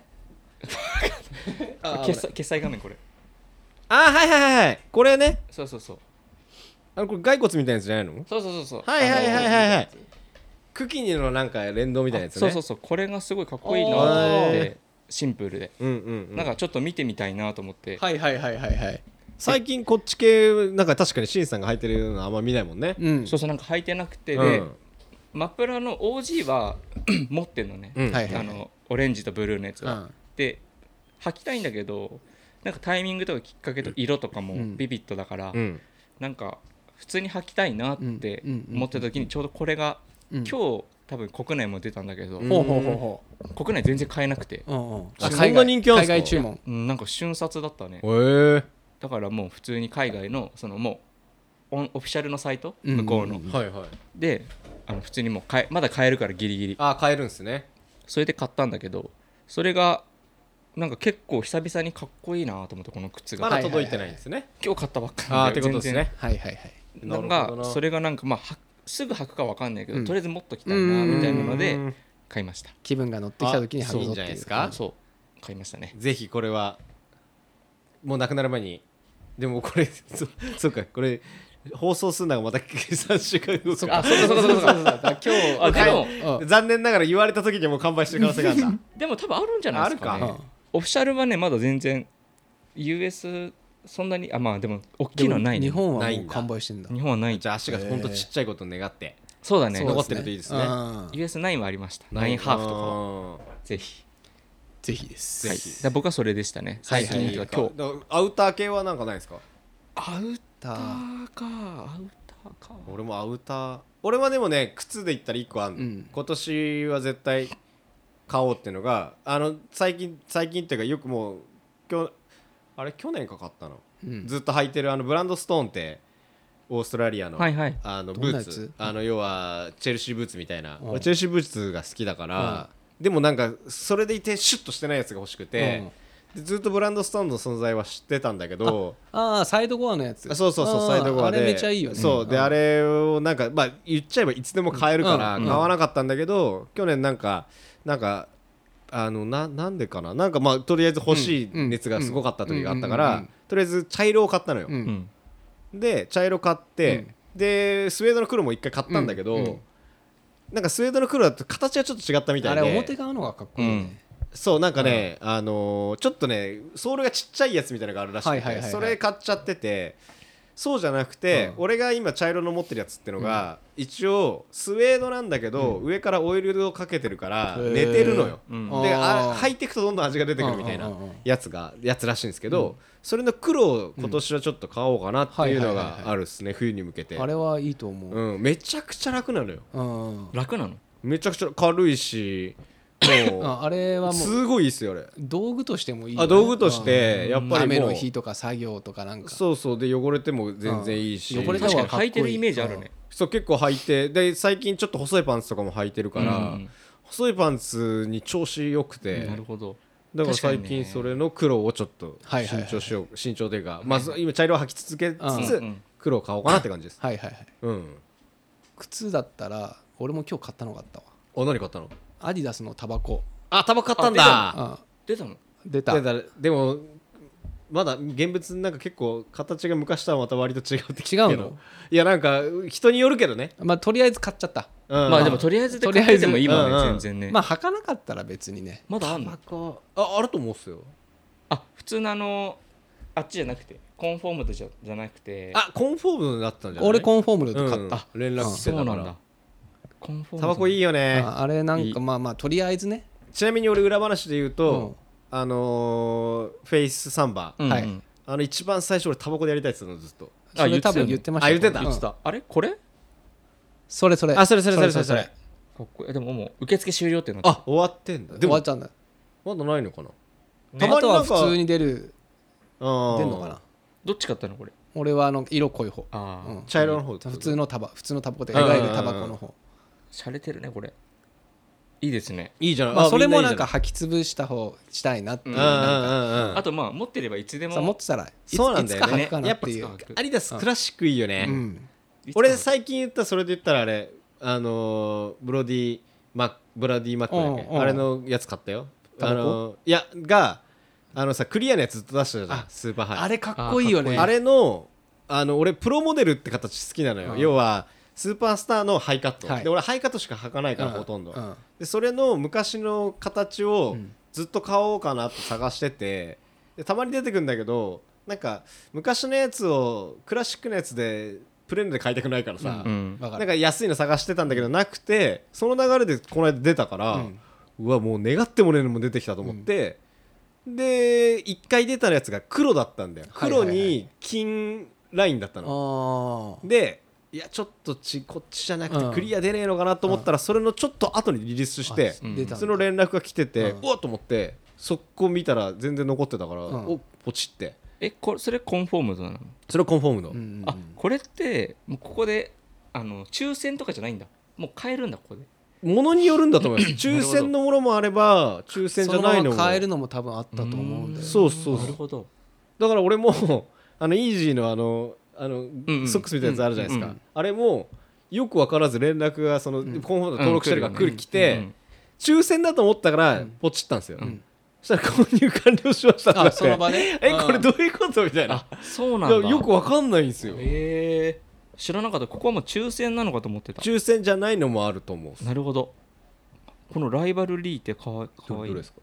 決済決済画面これあはいはいはいはいこれねそうそうそうあのこれ骸骨みたいなやつじゃないのそうそうそうそうはいはいはいはいはい茎にのなんか連動みたいなやつねそうそうそうこれがすごいかっこいいなと思ってシンプルでうんうん、うん、 なんかちょっと見てみたいなと思ってはいはいはいはいはい最近こっち系なんか確かにシンさんが履いてるのあんま見ないもんねうんそうそうなんか履いてなくてうでんマプラの オージー は持ってんのねうんはいはいあのオレンジとブルーのやつはうんで履きたいんだけどなんかタイミングとかきっかけと色とかもうんビビッドだからうんなんか普通に履きたいなってうん思った時にちょうどこれがうん今日多分国内も出たんだけどうんほうほうほうほ国内全然買えなくてううんうんあそんな人気あるんすか海外注文うんなんか瞬殺だったねへえだからもう普通に海外のそのもうオンオフィシャルのサイトうん向こうのうんはいはいであの普通にもう買えまだ買えるからギリギリあ買えるんすねそれで買ったんだけどそれがなんか結構久々にかっこいいなと思ってこの靴がまだ届いてないんですね今日買ったばっかりあーってことですねはいはいはい全然なんなるほどなかそれがなんかまあはすぐ履くかわかんないけど、 うんとりあえず持っときたいなみたいなのでうん買いました気分が乗ってきた時にあいいん履くぞっていうじゃないですかそう買いましたねぜひこれはもうなくなる前にでもこれそそうかこれ放送するのがまたさんしゅうかんごかあそうかそうかそうかそうかだから今日あでもうん残念ながら言われた時にはもう完売してる可能性があるんだでも多分あるんじゃないですかねあるかオフィシャルはねまだ全然 ユーエス そんなにあまあでも大きいのはないね日本はもないんだう完売してんだ日本はないじゃあ足がほんとちっちゃいことを願ってそうだねそう残ってるといいですねうんユーエスナイン はありましたナインハーフとかははぜひぜひですはいぜひで僕はそれでしたね最近というか今日今日アウター系はなんかないですかアウだターかアウターか俺もアウター俺はでもね靴で言ったらいっこあんの、 うん今年は絶対買おうっていうのがあの最近最近っていうかよくもう今日あれ去年かかったの、 うんずっと履いてるあのブランドストーンってオーストラリアの、 はいはいあのどブーツんなやつあの要はチェルシーブーツみたいな、 うん俺チェルシーブーツが好きだから、でもなんかそれでいてシュッとしてないやつが欲しくて、でずっとブランドストーンの存在は知ってたんだけどああサイドゴアのやつあそうそうそうあーサイドゴアであれめっちゃいいよねそうで、 んあれをなんかまあ言っちゃえばいつでも買えるからうん買わなかったんだけど、去年なんかなんかあのななんでかななんかまあとりあえず欲しい熱がすごかった時があったから、 うんうんうんうんとりあえず茶色を買ったのよ、 ううんんで茶色買って、うん、でスウェードの黒も一回買ったんだけど、うんうん、なんかスウェードの黒だと形はちょっと違ったみたいで、 あれ表側のがかっこいいね、うん、 そうなんかね、うん、あのー、ちょっとねソールがちっちゃいやつみたいなのがあるらしくて、はいはいはいはい、それ買っちゃってて、そうじゃなくて、うん、俺が今茶色の持ってるやつってのが、うん、一応スウェードなんだけど、うん、上からオイルをかけてるから寝てるのよ、うん、であ履いていくとどんどん味が出てくるみたいなやつがやつらしいんですけど、うん、それの黒を今年はちょっと買おうかなっていうのがあるっすね、冬に向けて。 あれはいいと思う、 うん、めちゃくちゃ楽なのよ、 うん、 楽なのめちゃくちゃ軽いしもうあ, あれはもうすごいいいっすよあれ。 道具としてもいいよ、ね、 あ道具としてやっぱりもう雨の日とか作業とかなんかそうそうで汚れても全然いいし、 汚れた方が履いてるイメージあるね。 そう結構履いてで最近ちょっと細いパンツとかも履いてるから、うん、細いパンツに調子良くて、 なるほど。 だから最近それの黒をちょっと新調しよう、はいはいはい、新調というか、まず今茶色を履き続けつつ、うん、黒を買おうかなって感じです。 はいはいはい、うん、靴だったら俺も今日買ったのがあったわ。 あ何買ったの？ アディダスのタバコ。 あタバコ買ったんだ。 出たの？ 出た。 出た。でもまだ現物なんか結構形が昔とはまた割と違うって聞くけど。 違うの？ いやなんか人によるけどね。 まあとりあえず買っちゃった。 うん、まあでもとりあえずで買っててもいいもんね、うんうん、全然ね。 まあ履かなかったら別にね。 まだあんの？ ああると思うっすよ。 あ普通のあのあっちじゃなくてコンフォームドじゃじゃなくて。 あコンフォームドだったんじゃない？ 俺コンフォームドで買った。 うん、連絡してたから。そうなんだ。 コンフォームド。 タバコいいよね。 あ, あれなんかまあまあとりあえずね。 ちなみに俺裏話で言うと、うん、あのー、フェイスサンバ、 うんうん、 あの一番最初俺タバコでやりたいって言ってたのずっと。 それ多分言ってました。 あ言ってた、 言ってた。あれこれそれそれあそれそれそれそれそれかっこいい。でももう受付終了っていうのあ終わってんだ。 でも終わっちゃうんだ。 まだないのかな、ね、 たまには普通に出る出んのかな。 どっち買ったのこれ？ 俺はあの色濃い方。 あ、うん、茶色の方。 普通のタバ普通のタバコでいわゆるタバコの方。 しゃれてるねこれ。いいですね。 いいじゃん。 まあ、それもなんか履き潰した方したいなっていう、うん、なんかあとまあ持ってればいつでも持ってたらいつそうなんだよね。 いつか履くかなっていう。 アディダスクラシックいいよね、うん、俺最近言ったそれで言ったらあれあのー、ブロディマブラディマックだっけ、あれのやつ買ったよ。あのー、いやがあのさクリアのやつずっと出してたじゃんスーパーハイ。 あれかっこいいよね。 あれのあの俺プロモデルって形好きなのよ。要はスーパースターのハイカット、はい、で俺ハイカットしか履かないから、うん、ほとんど、うん、でそれの昔の形をずっと買おうかなって探してて、でたまに出てくるんだけどなんか昔のやつをクラシックのやつでプレーンで買いたくないからさ、うん、なんか安いの探してたんだけどなくて、その流れでこの間出たから、うん、うわもう願ってもねえのも出てきたと思って、うん、でいっかい出たやつが黒だったんだよ。黒に金ラインだったの、はいはいはい、でいやちょっとちこっちじゃなくてクリア出ねえのかなと思ったら、それのちょっと後にリリースして、うん、その連絡が来てて、うん、うわっと思って速攻見たら全然残ってたから、うん、おポチって。 えこれそれコンフォームドなの？ それコンフォームド、うんうん、あこれってもうここであの抽選とかじゃないんだ、もう買えるんだここで。 ものによるんだと思います抽選のものもあれば抽選じゃないのもそのまま買えるのも多分あったと思うんで。 うんそうそうそう。 なるほど。 だから俺もあのイージーのあのあの、うんうん、ソックスみたいなやつあるじゃないですか、うんうん、あれもよく分からず連絡がその、うん、コンフォームド登録してるから来る来て、うんうん、抽選だと思ったからポチったんですよ、うん、そしたら購入完了しましたってなって、 その場でえこれどういうことみたいな。 あそうなんだ。 よく分かんないんですよ。 へえ知らなかった。ここはもう抽選なのかと思ってた。 抽選じゃないのもあると思う。 なるほど。このライバルリーってかわいい。どれですか？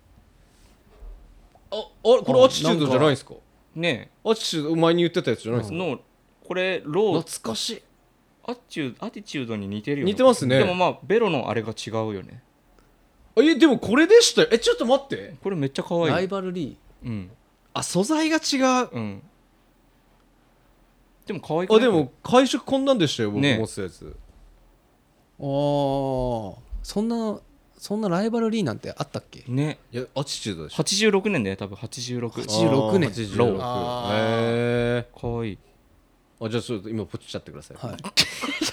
ああこれアチチュードじゃないですか？ ねえアチチュード前に言ってたやつじゃないですか？ のこれロー懐かしい。 アチュアティチュードに似てるよね。 似てますね。 でもまあベロのあれが違うよね。 えでもこれでしたよ。えちょっと待って、 これめっちゃ可愛い。 ライバルリー、うん、 あ素材が違う、 うん、でも可愛くない？ あでも会食こんなんでしたよ僕持ってたやつ、ね、 あーそんなそんなライバルリーなんてあったっけね。 いやアチチュードでしょ。 はちじゅうろくねんだよ多分。はちじゅうろく。 はちじゅうろくねん。 はちじゅうろく。へえかわいい。 あじゃあちょっと今ポチっちゃってください。 はい。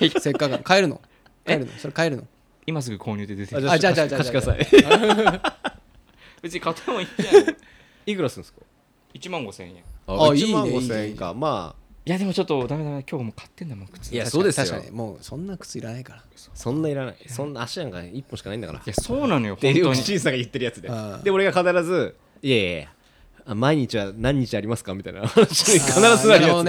せっかく買えるの買えるのそれ買えるの今すぐ購入で出てる。 あじゃあじゃあじゃあ貸してください。 別に買ってもいいんじゃない？ いくらするんですか？ いちまんごせんえん。 あいちまんごせんえんか。まあいやでもちょっとダメだな今日もう買ってんだもん靴。 いやそうですよ。 確かにもうそんな靴いらないから。 そんないらない。そんな足なんかいっぽんしかないんだから。いやそうなのよ。 本当に陳さんが言ってるやつで。で俺が必ずいやいやいや毎日は何日ありますかみたいな話に必ずなるやつね。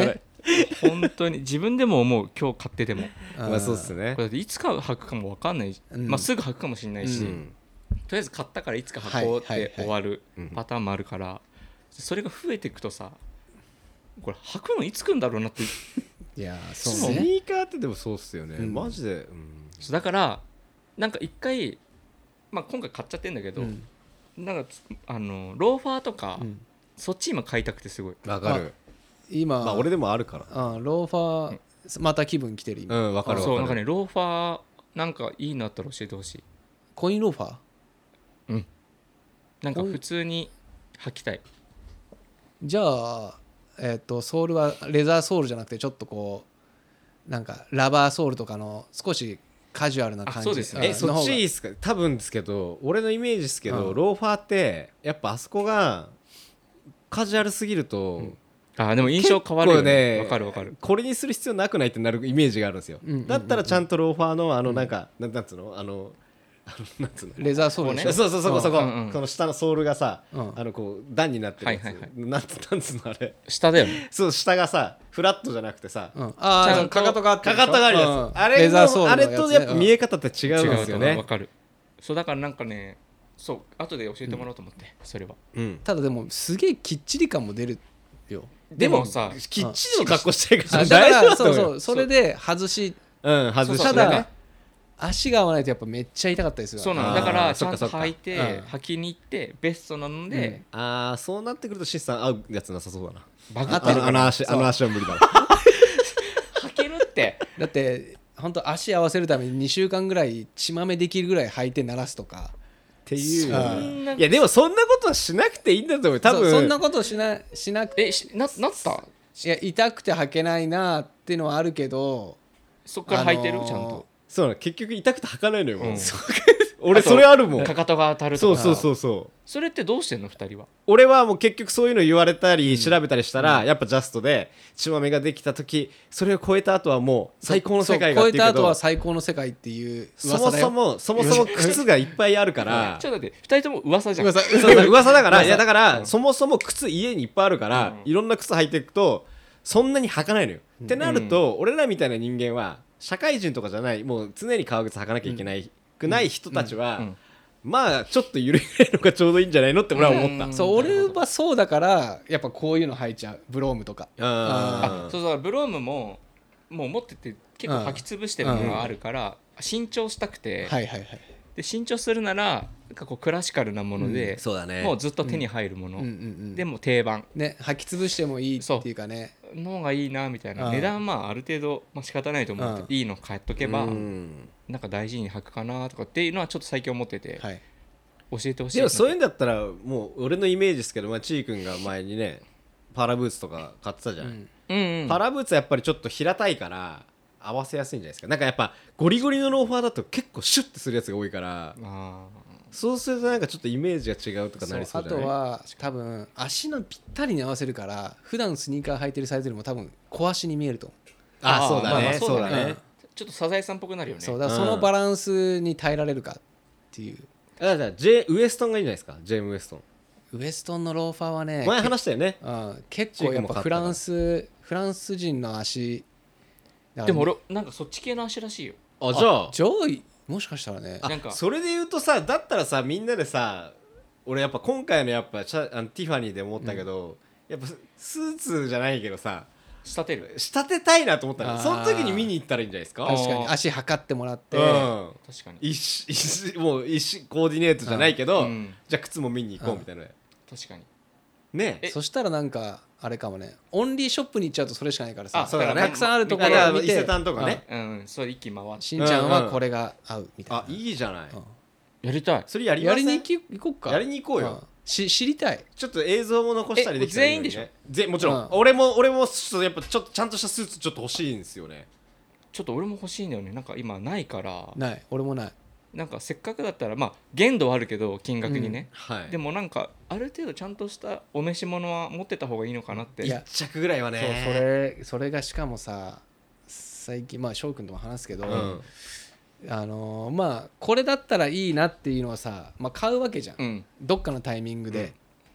本当に自分でも思う今日買っててもまあそうっすねこれだっていつか履くかも分かんない、 うんまあ、すぐ履くかもしれないし、 うんとりあえず買ったからいつか履こうってはいはいはい終わるうんパターンもあるからそれが増えていくとさこれ履くのいつ来んだろうなっていやーそスうねニーカーってでもそうっすよね、 うんマジで、うんそうだからなんか一回、まあ、今回買っちゃってんだけど、 うんなんかつあのローファーとか、 うんそっち今買いたくてすごいわかる今、 まあ俺でもあるからあローファーまた気分来てるう今、 んわかるわかるそうなんかねローファーなんかいいのあったら教えてほしいコインローファーなんか普通に履きたいじゃあえっ、とソールはレザーソールじゃなくてちょっとこうなんかラバーソールとかの少しカジュアルな感じあそうですねえそっちいいいっすか多分ですけど俺のイメージですけど、 うんローファーってやっぱあそこがカジュアルすぎると、 うんあでも印象変わるよねわ結構かるわかるこれにする必要なくないってなるイメージがあるんですよ、 うんうんうんうんだったらちゃんとローファーのあのなんか、なん、なんつうのあのあのなんつうのレザーソールでしょ、 そうそうそこそこ、 うんうんこの下のソールがさ、 うんあのこう段になってるやつ、 はいはいはいなんつなんつうのあれ下だよねそう下がさフラットじゃなくてさ、 うん、 ちああゃんとかかとがあってかかとがあるやつ、 うんあれレザーソールあのやつねれとやっぱ見え方って違うんですよね違うわかるそうだからなんかねそう後で教えてもらおうと思って、それはうんただでもすげえきっちり感も出るよでもさきっちりの格好してるからあだか大丈夫らそうだと思うよそうそれで外しうん外してたねだ足が合わないとやっぱめっちゃ痛かったりするそうなのあーだからちゃんとそっかそっか履いてうん履きに行ってベストなので、 ああそうなってくるとシスさん合うやつなさそうだなバグっああのあのてるからそう足あの足は無理だわ履けるってだって本当足合わせるためににしゅうかんぐらい血まめできるぐらい履いて慣らすとかっていうそんないやでもそんなことはしなくていいんだと思うよ多分そそんなことしなしなくてえしななったいや痛くて履けないなっていうのはあるけどそっから履いてる、 あのーちゃんとそうなの結局痛くて履かないのよもう、 うん俺それあるもんかかとが当たるとかそうそうそうそうそれってどうしてんのふたりは俺はもう結局そういうの言われたり調べたりしたら、やっぱジャストで血まめができた時それを超えた後はもう最高の世界がそう超えたっていうけど後は最高の世界っていうそもそ噂だよもそもそも靴がいっぱいあるからちょっと待ってふたりとも噂じゃん噂そうそう噂だから噂いやだから、 うんそもそも靴家にいっぱいあるから、 うんいろんな靴履いていくとそんなに履かないのよ、ってなると、俺らみたいな人間は社会人とかじゃないもう常に革靴履かなきゃいけない、くない人たちは、 うんまあちょっと緩いのがちょうどいいんじゃないのって俺は思った、 うんそう俺はそうだからやっぱこういうの履いちゃうブロームとかああそうそうブロームももう持ってて結構履き潰してるのがあるから新調したくて、 はいはいはいで新調するならなんかこうクラシカルなもので、 そうだねもうずっと手に入るもの、 うんうんうんでも定番ね履き潰してもいいっていうかねのがいいなみたいな、 うん値段まあある程度、まあ、仕方ないと思って、 うんいいの買っとけば、 うんなんか大事に履くかなとかっていうのはちょっと最近思ってて、 はい教えてほしいでもそういうんだったらもう俺のイメージですけど、まあ、ちーくんが前にねパラブーツとか買ってたじゃない、 うんうんうん、 パラブーツはやっぱりちょっと平たいから合わせやすいんじゃないですか。なんかやっぱゴリゴリのローファーだと結構シュッてするやつが多いからあそうするとなんかちょっとイメージが違うとかなりそうじゃないあとは多分足のぴったりに合わせるから普段スニーカー履いてるサイズよりも多分小足に見えると思あそうだね、 まあまあそうだねそうだね、 うんちょっとサザエさんっぽくなるよねうそうだからそのバランスに耐えられるかっていうだからジェウエストンがいいんじゃないですか。ジェームウエストンウエストンのローファーはね前話したよね。 うん結構やっぱフランスフランス人の足でも俺なんかそっち系の足らしいよあじゃあ上位もしかしたらねあなんかそれで言うとさだったらさみんなでさ俺やっぱ今回のやっぱシャあのティファニーで思ったけど、やっぱスーツじゃないけどさ仕立てる仕立てたいなと思ったらあーその時に見に行ったらいいんじゃないですか。 確かにあー足測ってもらって、 うん確かに一緒一緒もう一緒コーディネートじゃないけど、 うんじゃあ靴も見に行こうみたいな確かにねえそしたらなんかあれかもねオンリーショップに行っちゃうとそれしかないからさあそうだねたくさんあるところだからを見て伊勢丹とかねうんうんそれ一気に回ってしんちゃんはこれが合うみたいな、 あいいじゃない、 うんやりたいそれやりませんやりに行き行こうかやりに行こうよんし知りたいちょっと映像も残したりできたらいいのにねえ全員ぜもちろん、 うん俺も俺もちょっとやっぱちょっとちゃんとしたスーツちょっと欲しいんですよね。 ちょっと俺も欲しいんだよねなんか今ないからない俺もないなんかせっかくだったらまあ限度はあるけど金額にね、 はいでもなんかある程度ちゃんとしたお召し物は持ってた方がいいのかなっていや一着ぐらいはそうねそれそれがしかもさ最近まあ翔くんとも話すけど、 うんあのーまあこれだったらいいなっていうのはさ、まあ、買うわけじゃん、 うんどっかのタイミングで、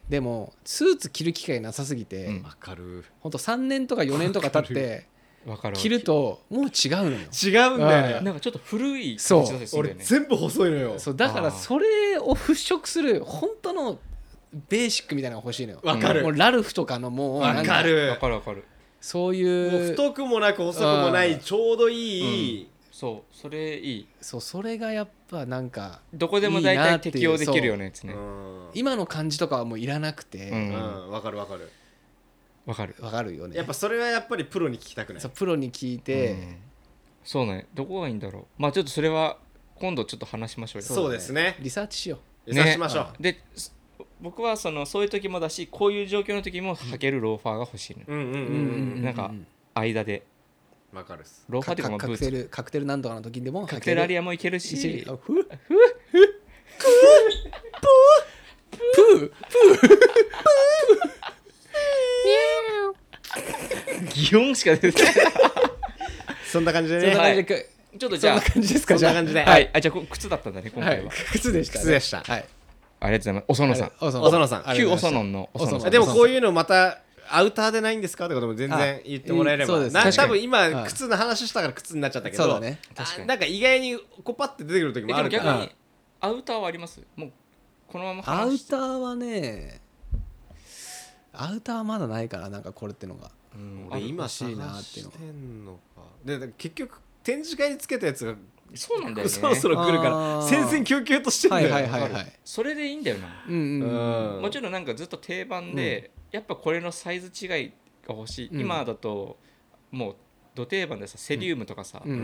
でもスーツ着る機会なさすぎて、 うんわかるほんとさんねんとかよねんとか経ってわかる着るともう違うのよ。 違うんだよねなんかちょっと古いそう感じだったりするんだ俺よね。 全部細いのよそうだからそれを払拭する本当のベーシックみたいなのが欲しいのよ。 わかるもうラルフとかのもうわなんかるわかるわかる。 そういもうう太くもなく細くもなうんいちょうどいいそうそれいい。 そうそれがやっぱなんかどこでも大体適用できるようなやつね。 うん今の感じとかはもういらなくてうんうんわかるわかるわかる。 わかるよね。 やっぱそれはやっぱりプロに聞きたくないそうプロに聞いて、 うんそうね。どこがいいんだろう。まあちょっとそれは今度ちょっと話しましょうよ。 そうですねリサーチしよリサーチしましょうで、す僕はそのそういう時もだし、こういう状況の時も履けるローファーが欲しいの。 う。 うんうんうんううんんなんか間でわかるっすローファーっていうかまあブーツ。 カクテルカクテルなんとかの時でもカクテルアリアアもいけるし、 あふふ擬音しか出てない。 そんな感じでそんなね感じでちょっとじゃあそんな感じですかじゃあそんな感じではい、あじゃあこ靴だったんだね今はい回は。 靴でしたね靴でしたはいありがとうございます。おそのさん。 おそおそのさん旧おありがとうございましたそのんのおそのさん。 おそのでもこういうのまたアウターでないんですかってことも全然言ってもらえればあいいそうですな確かに多分今はい靴の話したから靴になっちゃったけどそうだね確かにあなんか意外にこうパッて出てくる時えでももあるから逆にアウターはありますもうこのままアウ話してターはねアウターはまだないからなんかこれってのがうん俺今欲しいな探しっていうのがてんのかでで結局展示会につけたやつがそうなんだよね。 そろそろ来るからあー戦々恐々としてんだよはいはいはいはいそれでいいんだよな。 うんうんうんうんもちろんなんかずっと定番で、やっぱこれのサイズ違いが欲しい、 うん今だともうド定番でさセリウムとかさ、 うんうん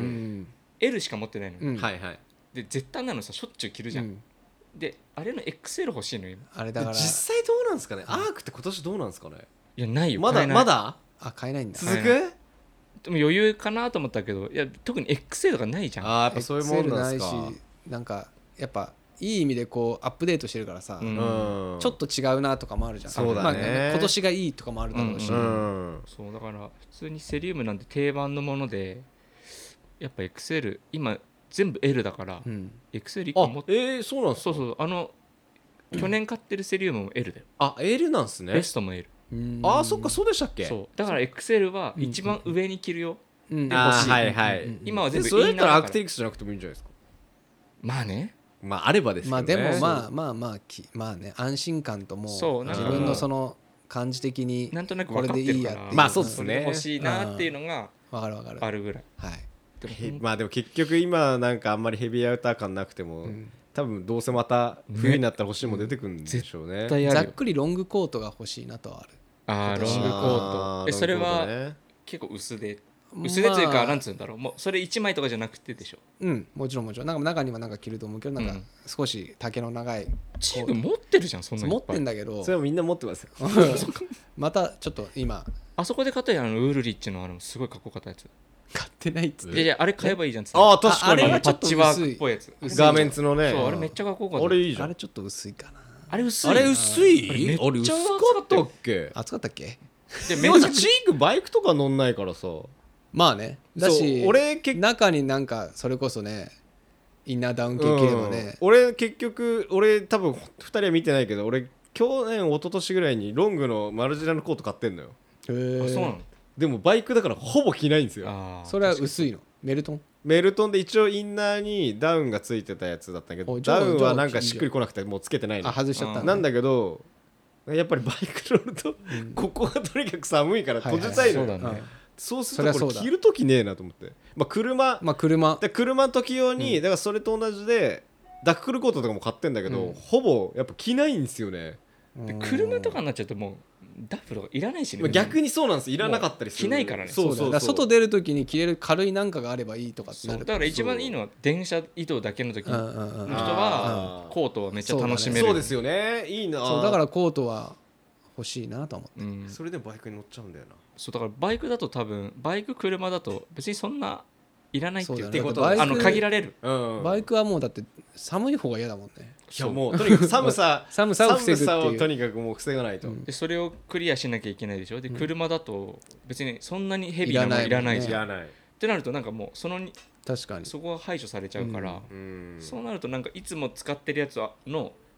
L しか持ってないの、 うんはいはいで絶対なのさしょっちゅう着るじゃん、 うんであれの エックスエル 欲しいの今。 あれだから実際どうなんですかねアークって今年どうなんですかねいやないよまだ買えないまだあ買えないんだ続買えくでも余裕かなと思ったけどいや特に エックスエル がないじゃん。 あーやっぱそういうもんなんですかエックスエルないしなんかやっぱいい意味でこうアップデートしてるからさ、 うんうんちょっと違うなとかもあるじゃんそうだねまあ、今年がいいとかもあるだろうし、 ううんんそうだから普通にセリウムなんて定番のものでやっぱ エックスエル 今全部 L だから、 うん、 エックスエルいっこあ持ってえー、そうなんですかそうそうあの去年買ってるセリウムも L だよ、 あ L なんすねベストも L、 うんあーそっかそうでしたっけそうだから エックスエル は一番上に着るよ、 うんであ欲しいーはいはい、 うんうん今は全部でそれだったらアークテインナーだからリクスじゃなくてもいいんじゃないですかまあねまああればですけどねまあでもまあまあまあきまあね安心感ともそう自分のその感じ的になんとなくこれ分かっでいいやっていうてるからまあそうっすねそれで欲しいなっていうのがわかるわかるあるぐらいはい、 でもへまあでも結局今なんかあんまりヘビーアウター感なくても、 うん多分どうせまた冬になったら欲しいもん出てくるんでしょうね、 絶対あるよざっくりロングコートが欲しいなとはあるあーロングコーあトえそれロングコーはトね結構薄手薄手というまあかなんつうんだろうもうそれいちまいとかじゃなくてでしょうんもちろんもちろんなんか中にはなんか着ると思うけどなんかうん少し丈の長いチーム持ってるじゃんそんな持ってんだだけどそれはみんな持ってますよまたちょっと今あそこで買ったやんあのウールリッチのあのすごいかっこよかったやつ買ってないっつっていやいやあれ買えばいいじゃんっつってああ確かにあれはあのパッチワークっぽいやつ薄いガーメンツのねそうあれめっちゃかっこよかったあれいいじゃんあれちょっと薄いかなあれ薄いあれ薄いあれめっちゃあれ薄かったっけ暑かったっけででもさチークバイクとか乗んないからさまあねだしそう俺結中になんかそれこそねインナーダウン系着ればね、 うん俺結局俺多分ふたりは見てないけど俺去年一昨年ぐらいにロングのマルジェラのコート買ってんのよへえあそうなのでもバイクだからほぼ着ないんですよあーそれは薄いのメルトンメルトンで一応インナーにダウンがついてたやつだったけどおじゃあダウンはなんじゃあかしっくりこなくてもうつけてないのあ外しちゃったうんなんだけどやっぱりバイク乗ると、ここがとにかく寒いから閉じたいのよ、 そうだねそうするとそりゃそうだこれ着るときねえなと思ってまあ車まあ車で車の時用に、だからそれと同じでダックルコートとかも買ってんだけど、 うんほぼやっぱ着ないんですよね、 で車とかになっちゃうともうダフルがいらないしねまあ、逆にそうなんですいらなかったりするもう着ないからねそうそうそうだよだから外出るときに着れる軽いなんかがあればいいとかってなるそうだから一番いいのは電車移動だけの時うんのうんうん人あーはコートはめっちゃ楽しめるそうですよねいいなそうだからコートは欲しいなと思ってうんそれでバイクに乗っちゃうんだよなそうだからバイクだと多分バイク車だと別にそんないらないって言ってそうだねことだってバイクあの限られるうんバイクはもうだって寒い方が嫌だもんねいやもうとにかく寒さ寒さを防ぐっていう寒さをとにかくもう防がないと、 うんでそれをクリアしなきゃいけないでしょで車だと別にそんなにヘビーなのいいらないいもんねらないじゃんっいらないてなるとなんかもうその確かにそこが排除されちゃうからうんそうなるとなんかいつも使ってるやつの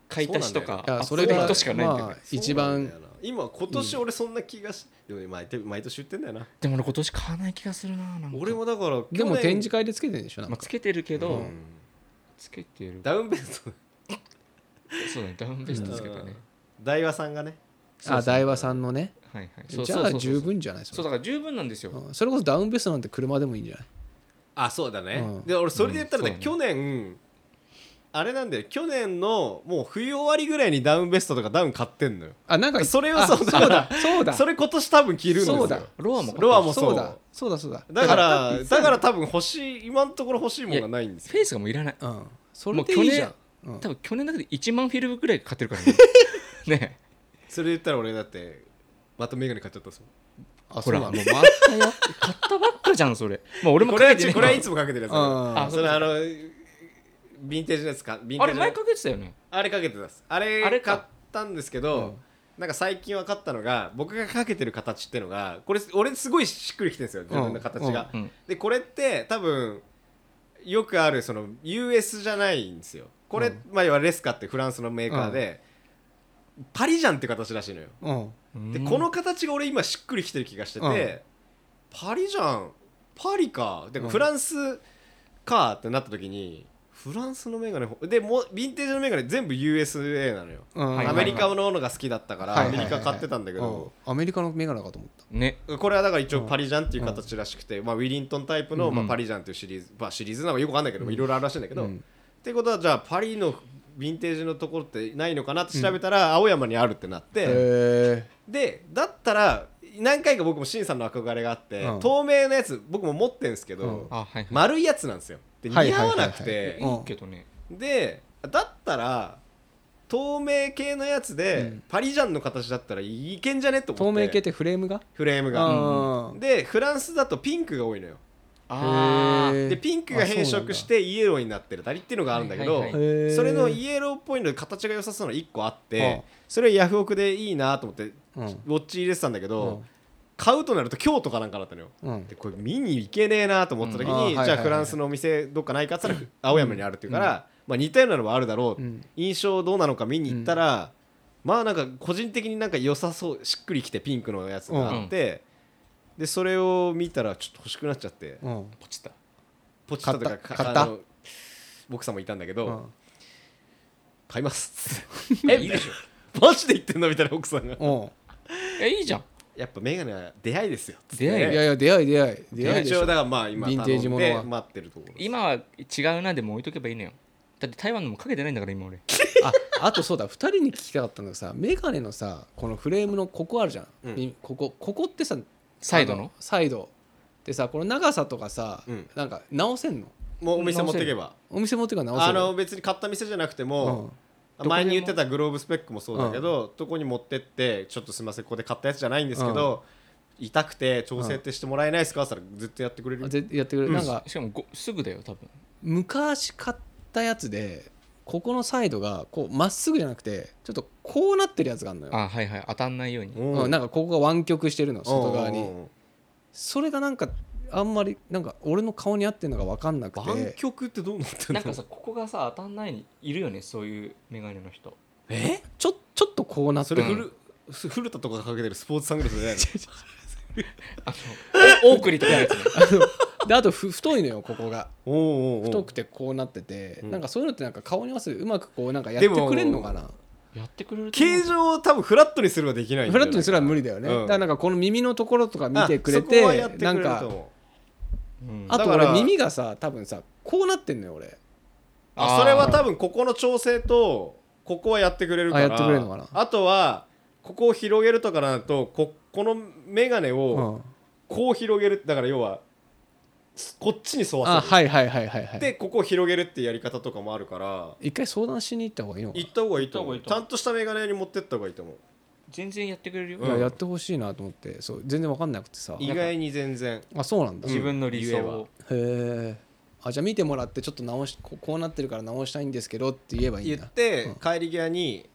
買い足しとかいやあそういうそれが人しかないんだよね、 まあ一番そうなんだよな今今年俺そんな気がし、でも毎毎年言ってんだよな。 でも俺今年買わない気がするななんか俺もだからでも展示会会でつけてるんでしょなんかまあ、つけてるけど、 うんつけてるダウンベストそうだねダウンベストつけたね、 大和さんがねあ大和さんのねはいはいそうじそうそうそうゃあ十分じゃないですかそうだから十分なんですよ、 うんそれこそダウンベストなんて車でもいいんじゃないあそうだね、 うんで俺それで言ったらね、 うん去年あれなんだよ去年のもう冬終わりぐらいにダウンベストとかダウン買ってんのよ。 あなんかそれをあそうだそうだそうだそれ今年多分着るんですよ。 そうだロアもロアもそうそうだそうだそうだだから買ったって言ってたねだから多分欲しい今のところ欲しいものがないんですよ。 フェイスがもういらないうんそれでいいじゃんうん多分去年だけでいちまんフィルムぐらい買ってるからねねそれで言ったら俺だってまたメガネ買っちゃったんですよ。 あほらもうそうなのまたや買ったばっかじゃんそれまあ俺もこれはかけてねこれはいつもかけてるやつだうんあそれあのヴィンテージのやつかヴィンテージのあれ前かけてたよねあれかけてたですあれあれか買ったんですけど、なんか最近分かったのが僕がかけてる形ってのがこれ俺すごいしっくりきてるんですよ自分の形が、 うんでこれって多分よくあるその ユーエス じゃないんですよこれ、 うんまあ要はレスカってフランスのメーカーで、パリジャンって形らしいのようんうんでこの形が俺今しっくりきてる気がしてて、 うんパリジャンパリかでうんフランスかってなった時にフランスのメガネでもヴィンテージのメガネ全部 ユーエスエー なのよ、 うんはいアメリカのものが好きだったから、 はいはいはいアメリカ買ってたんだけど、 うんアメリカのメガネかと思ったねこれはだから一応パリジャンっていう形らしくて、まあ、ウィリントンタイプの、 うんまあ、パリジャンっていうシリーズ、まあ、シリーズなのかよくわかんないけど、いろいろあるらしいんだけど、 うんってことはじゃあパリのヴィンテージのところってないのかなって調べたら、青山にあるってなって、 へえでだったら何回か僕もシンさんの憧れがあって、 うん透明のやつ僕も持ってるんですけど、 うんあはいはい丸いやつなんですよで似合はいはいはいはいわなくて、 うんいいけどねでだったら透明系のやつで、 うんパリジャンの形だったらいけんじゃねと思って透明系ってフレームがフレームが、 あーでフランスだとピンクが多いのよあーへーでピンクが変色してイエローになってるたりっていうのがあるんだけど、 はいはいはいへーそれのイエローっぽいので形が良さそうなのいっこあって、 はあそれはヤフオクでいいなと思ってうんウォッチ入れてたんだけど、 うん買うとなると今日とかなんかだったのようんでこれ見に行けねえなと思った時に、 うんあーはいはいはいじゃあフランスのお店どっかないかって言ったら青山にあるっていうから、まあ、似たようなのはあるだろう、 うん印象どうなのか見に行ったら、まあなんか個人的になんか良さそうしっくりきてピンクのやつがあって、でそれを見たらちょっと欲しくなっちゃってうんポチったポチッととか買った買ったあの奥さんもいたんだけど、 うん買いますえいいでしょマジで言ってんのみたいな奥さんがうんえいいじゃんやっぱメガネは出会いですよつって出会いいやいや出会い出会い出会いでしょ一応だからまあ今ヴィンテージものは頼んで待ってるところです今は違うなでも置いとけばいいのよだって台湾のもかけてないんだから今俺ああとそうだふたりに聞きたかったのがさメガネのさこのフレームのここあるじゃん、 うんみここここってさサイドのあサイドでさこの長さとかさ、 うんなんか直せんのもうお店持っていけばお店持ってから直せるあの別に買った店じゃなくても、前に言ってたグローブスペックもそうだけど、どこに持ってってちょっとすみませんここで買ったやつじゃないんですけど、痛くて調整ってしてもらえないですかって言ったらずっとやってくれるうん、ぜやってくれる、 うんなんかしかもごすぐだよ多分昔買ったやつでここのサイドがこうまっすぐじゃなくてちょっとこうなってるやつがあるのよ、 あはいはい当たんないようにうん、なんかここが湾曲してるの外側にうんうんうんそれがなんかあんまりなんか俺の顔に合ってるのが分かんなく湾て曲ってどうなってんのなんかさここがさ当たんないにいるよねそういうメガネの人えちょちょっとこうなってるそれ古古田とかがかけてるスポーツサングラスじゃないのあのオークリーとかのやつねであとふ太いのよここがおうおうおう太くてこうなってて、 うんなんかそういうのってなんか顔に合わせてうまくこうなんかやってくれんのかなやってくれると思う形状を多分フラットにするはできないんフだよねラットにすら無理だよね、 うんだからなんかこの耳のところとか見てくれあそこはやってくれてなんかると思ううんあとだから俺耳がさ多分さこうなってんのよ俺あそれは多分ここの調整とここはやってくれるからあやってくれるのかなあとはここを広げるとかなるとここのメガネうをんこう広げるだから要はこっちに沿わせるあはいはいはいはいはいでここを広げるっていうやり方とかもあるから一回相談しに行った方がいいのかな行った方がいいと思う行った方がいいと思うちゃんとしたメガネに持ってった方がいいと思う全然やってくれるよ、 うんいややってほしいなと思ってそう全然分かんなくてさ意外に全然あそうなんだ、 自分の理想を、 へえあじゃあ見てもらってちょっと直しここうなってるから直したいんですけどって言えばいいん言だってうん帰り際に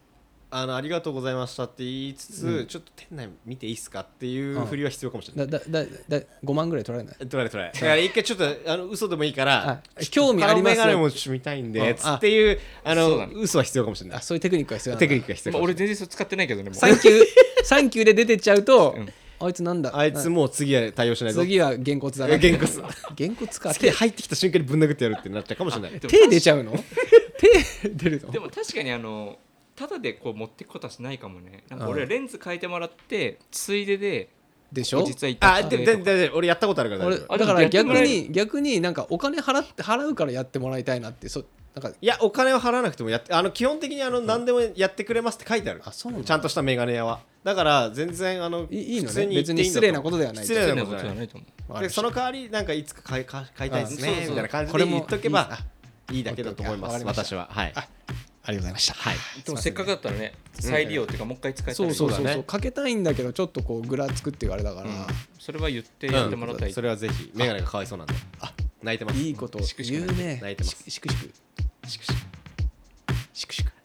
あのありがとうございましたって言いつつ、うん、ちょっと店内見ていいっすかっていう振りは必要かもしれない。 だだだだごまんぐらい取られない？ 取られ取られ。だから一回ちょっとあの嘘でもいいから興味ありますよ。 カラオケも見たいんでつっていうあの嘘は必要かもしれない。 あそういうテクニックが必要なんだ。テクニックが必要。 まあ、俺全然それ使ってないけどね。もうサンキューサンキューで出てっちゃうと、うん、あいつなんだ。 あいつもう次は対応しないぞ。 次はげんこつだな。 げんこつ。 げんこつか。 手入ってきた瞬間にぶん殴ってやるってなっちゃうかもしれない。 手出ちゃうの？手出るの？ でも確かにあの。ただでこう持っていくことはしないかもね。なんか俺はレンズ変えてもらってついでででしょ。 実はあででで俺やったことあるから。 俺だから逆に逆になんかお金払って払うからやってもらいたいなってそなんかいやお金を払わなくてもやってあの基本的にあの何でもやってくれますって書いてある。 あそうなんだ。 ちゃんとしたメガネ屋はだから全然あのいいのね。別に失礼なことではない。 失礼なことではないと思う。でその代わりなんかいつか買い買いたいですねみたいな感じで言っとけばいいだけだと思います。私ははい。 ありがとうございました。 はい。 でもせっかくだったらね、再利用っていうかもう一回使えたらいい。 そうそうそうそう。かけたいんだけどちょっとこうグラつくっていうあれだから、 それは言ってやってもらったらいい。 それはぜひメガネがかわいそうなんで。あ、泣いてます。 いいこと言うね。 泣いてます。 しくしくしくしくしくしく。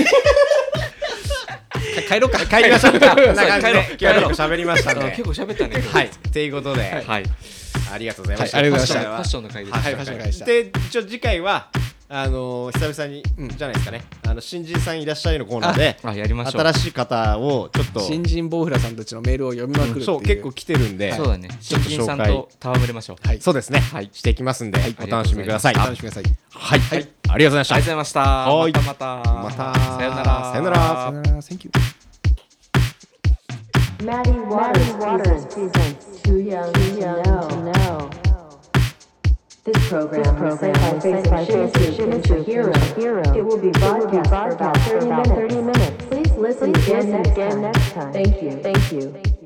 帰ろうか。 帰りましょうか。帰ろう。今日喋りましたね。 結構喋ったね。 はい。ということで、 はい。 ありがとうございました。 ありがとうございました。 ファッションの会で。 はい、ファッションの会でした。 で、一応次回は。あのー、久々に、うん、じゃないですかねあの新人さんいらっしゃいのコーナーであやりましょう。 新しい方をちょっと新人ボウフラさんたちのメールを読みまくるっていう、 そう結構来てるんでそうだね新人さんと戯れましょう。 はい、そうですね、はい、していきますんで、はい、お楽しみください。 お楽しみください。 はい、はい、ありがとうございました。 ありがとうございました。 はいまたまたまたさよならさよならさよなら Thank you Maddie Waters presents Too Young to Know. This program is sent by Shimizu Shimizu. It will be broadcast for about thirty minutes. Please listen again next time. Thank you. Thank you.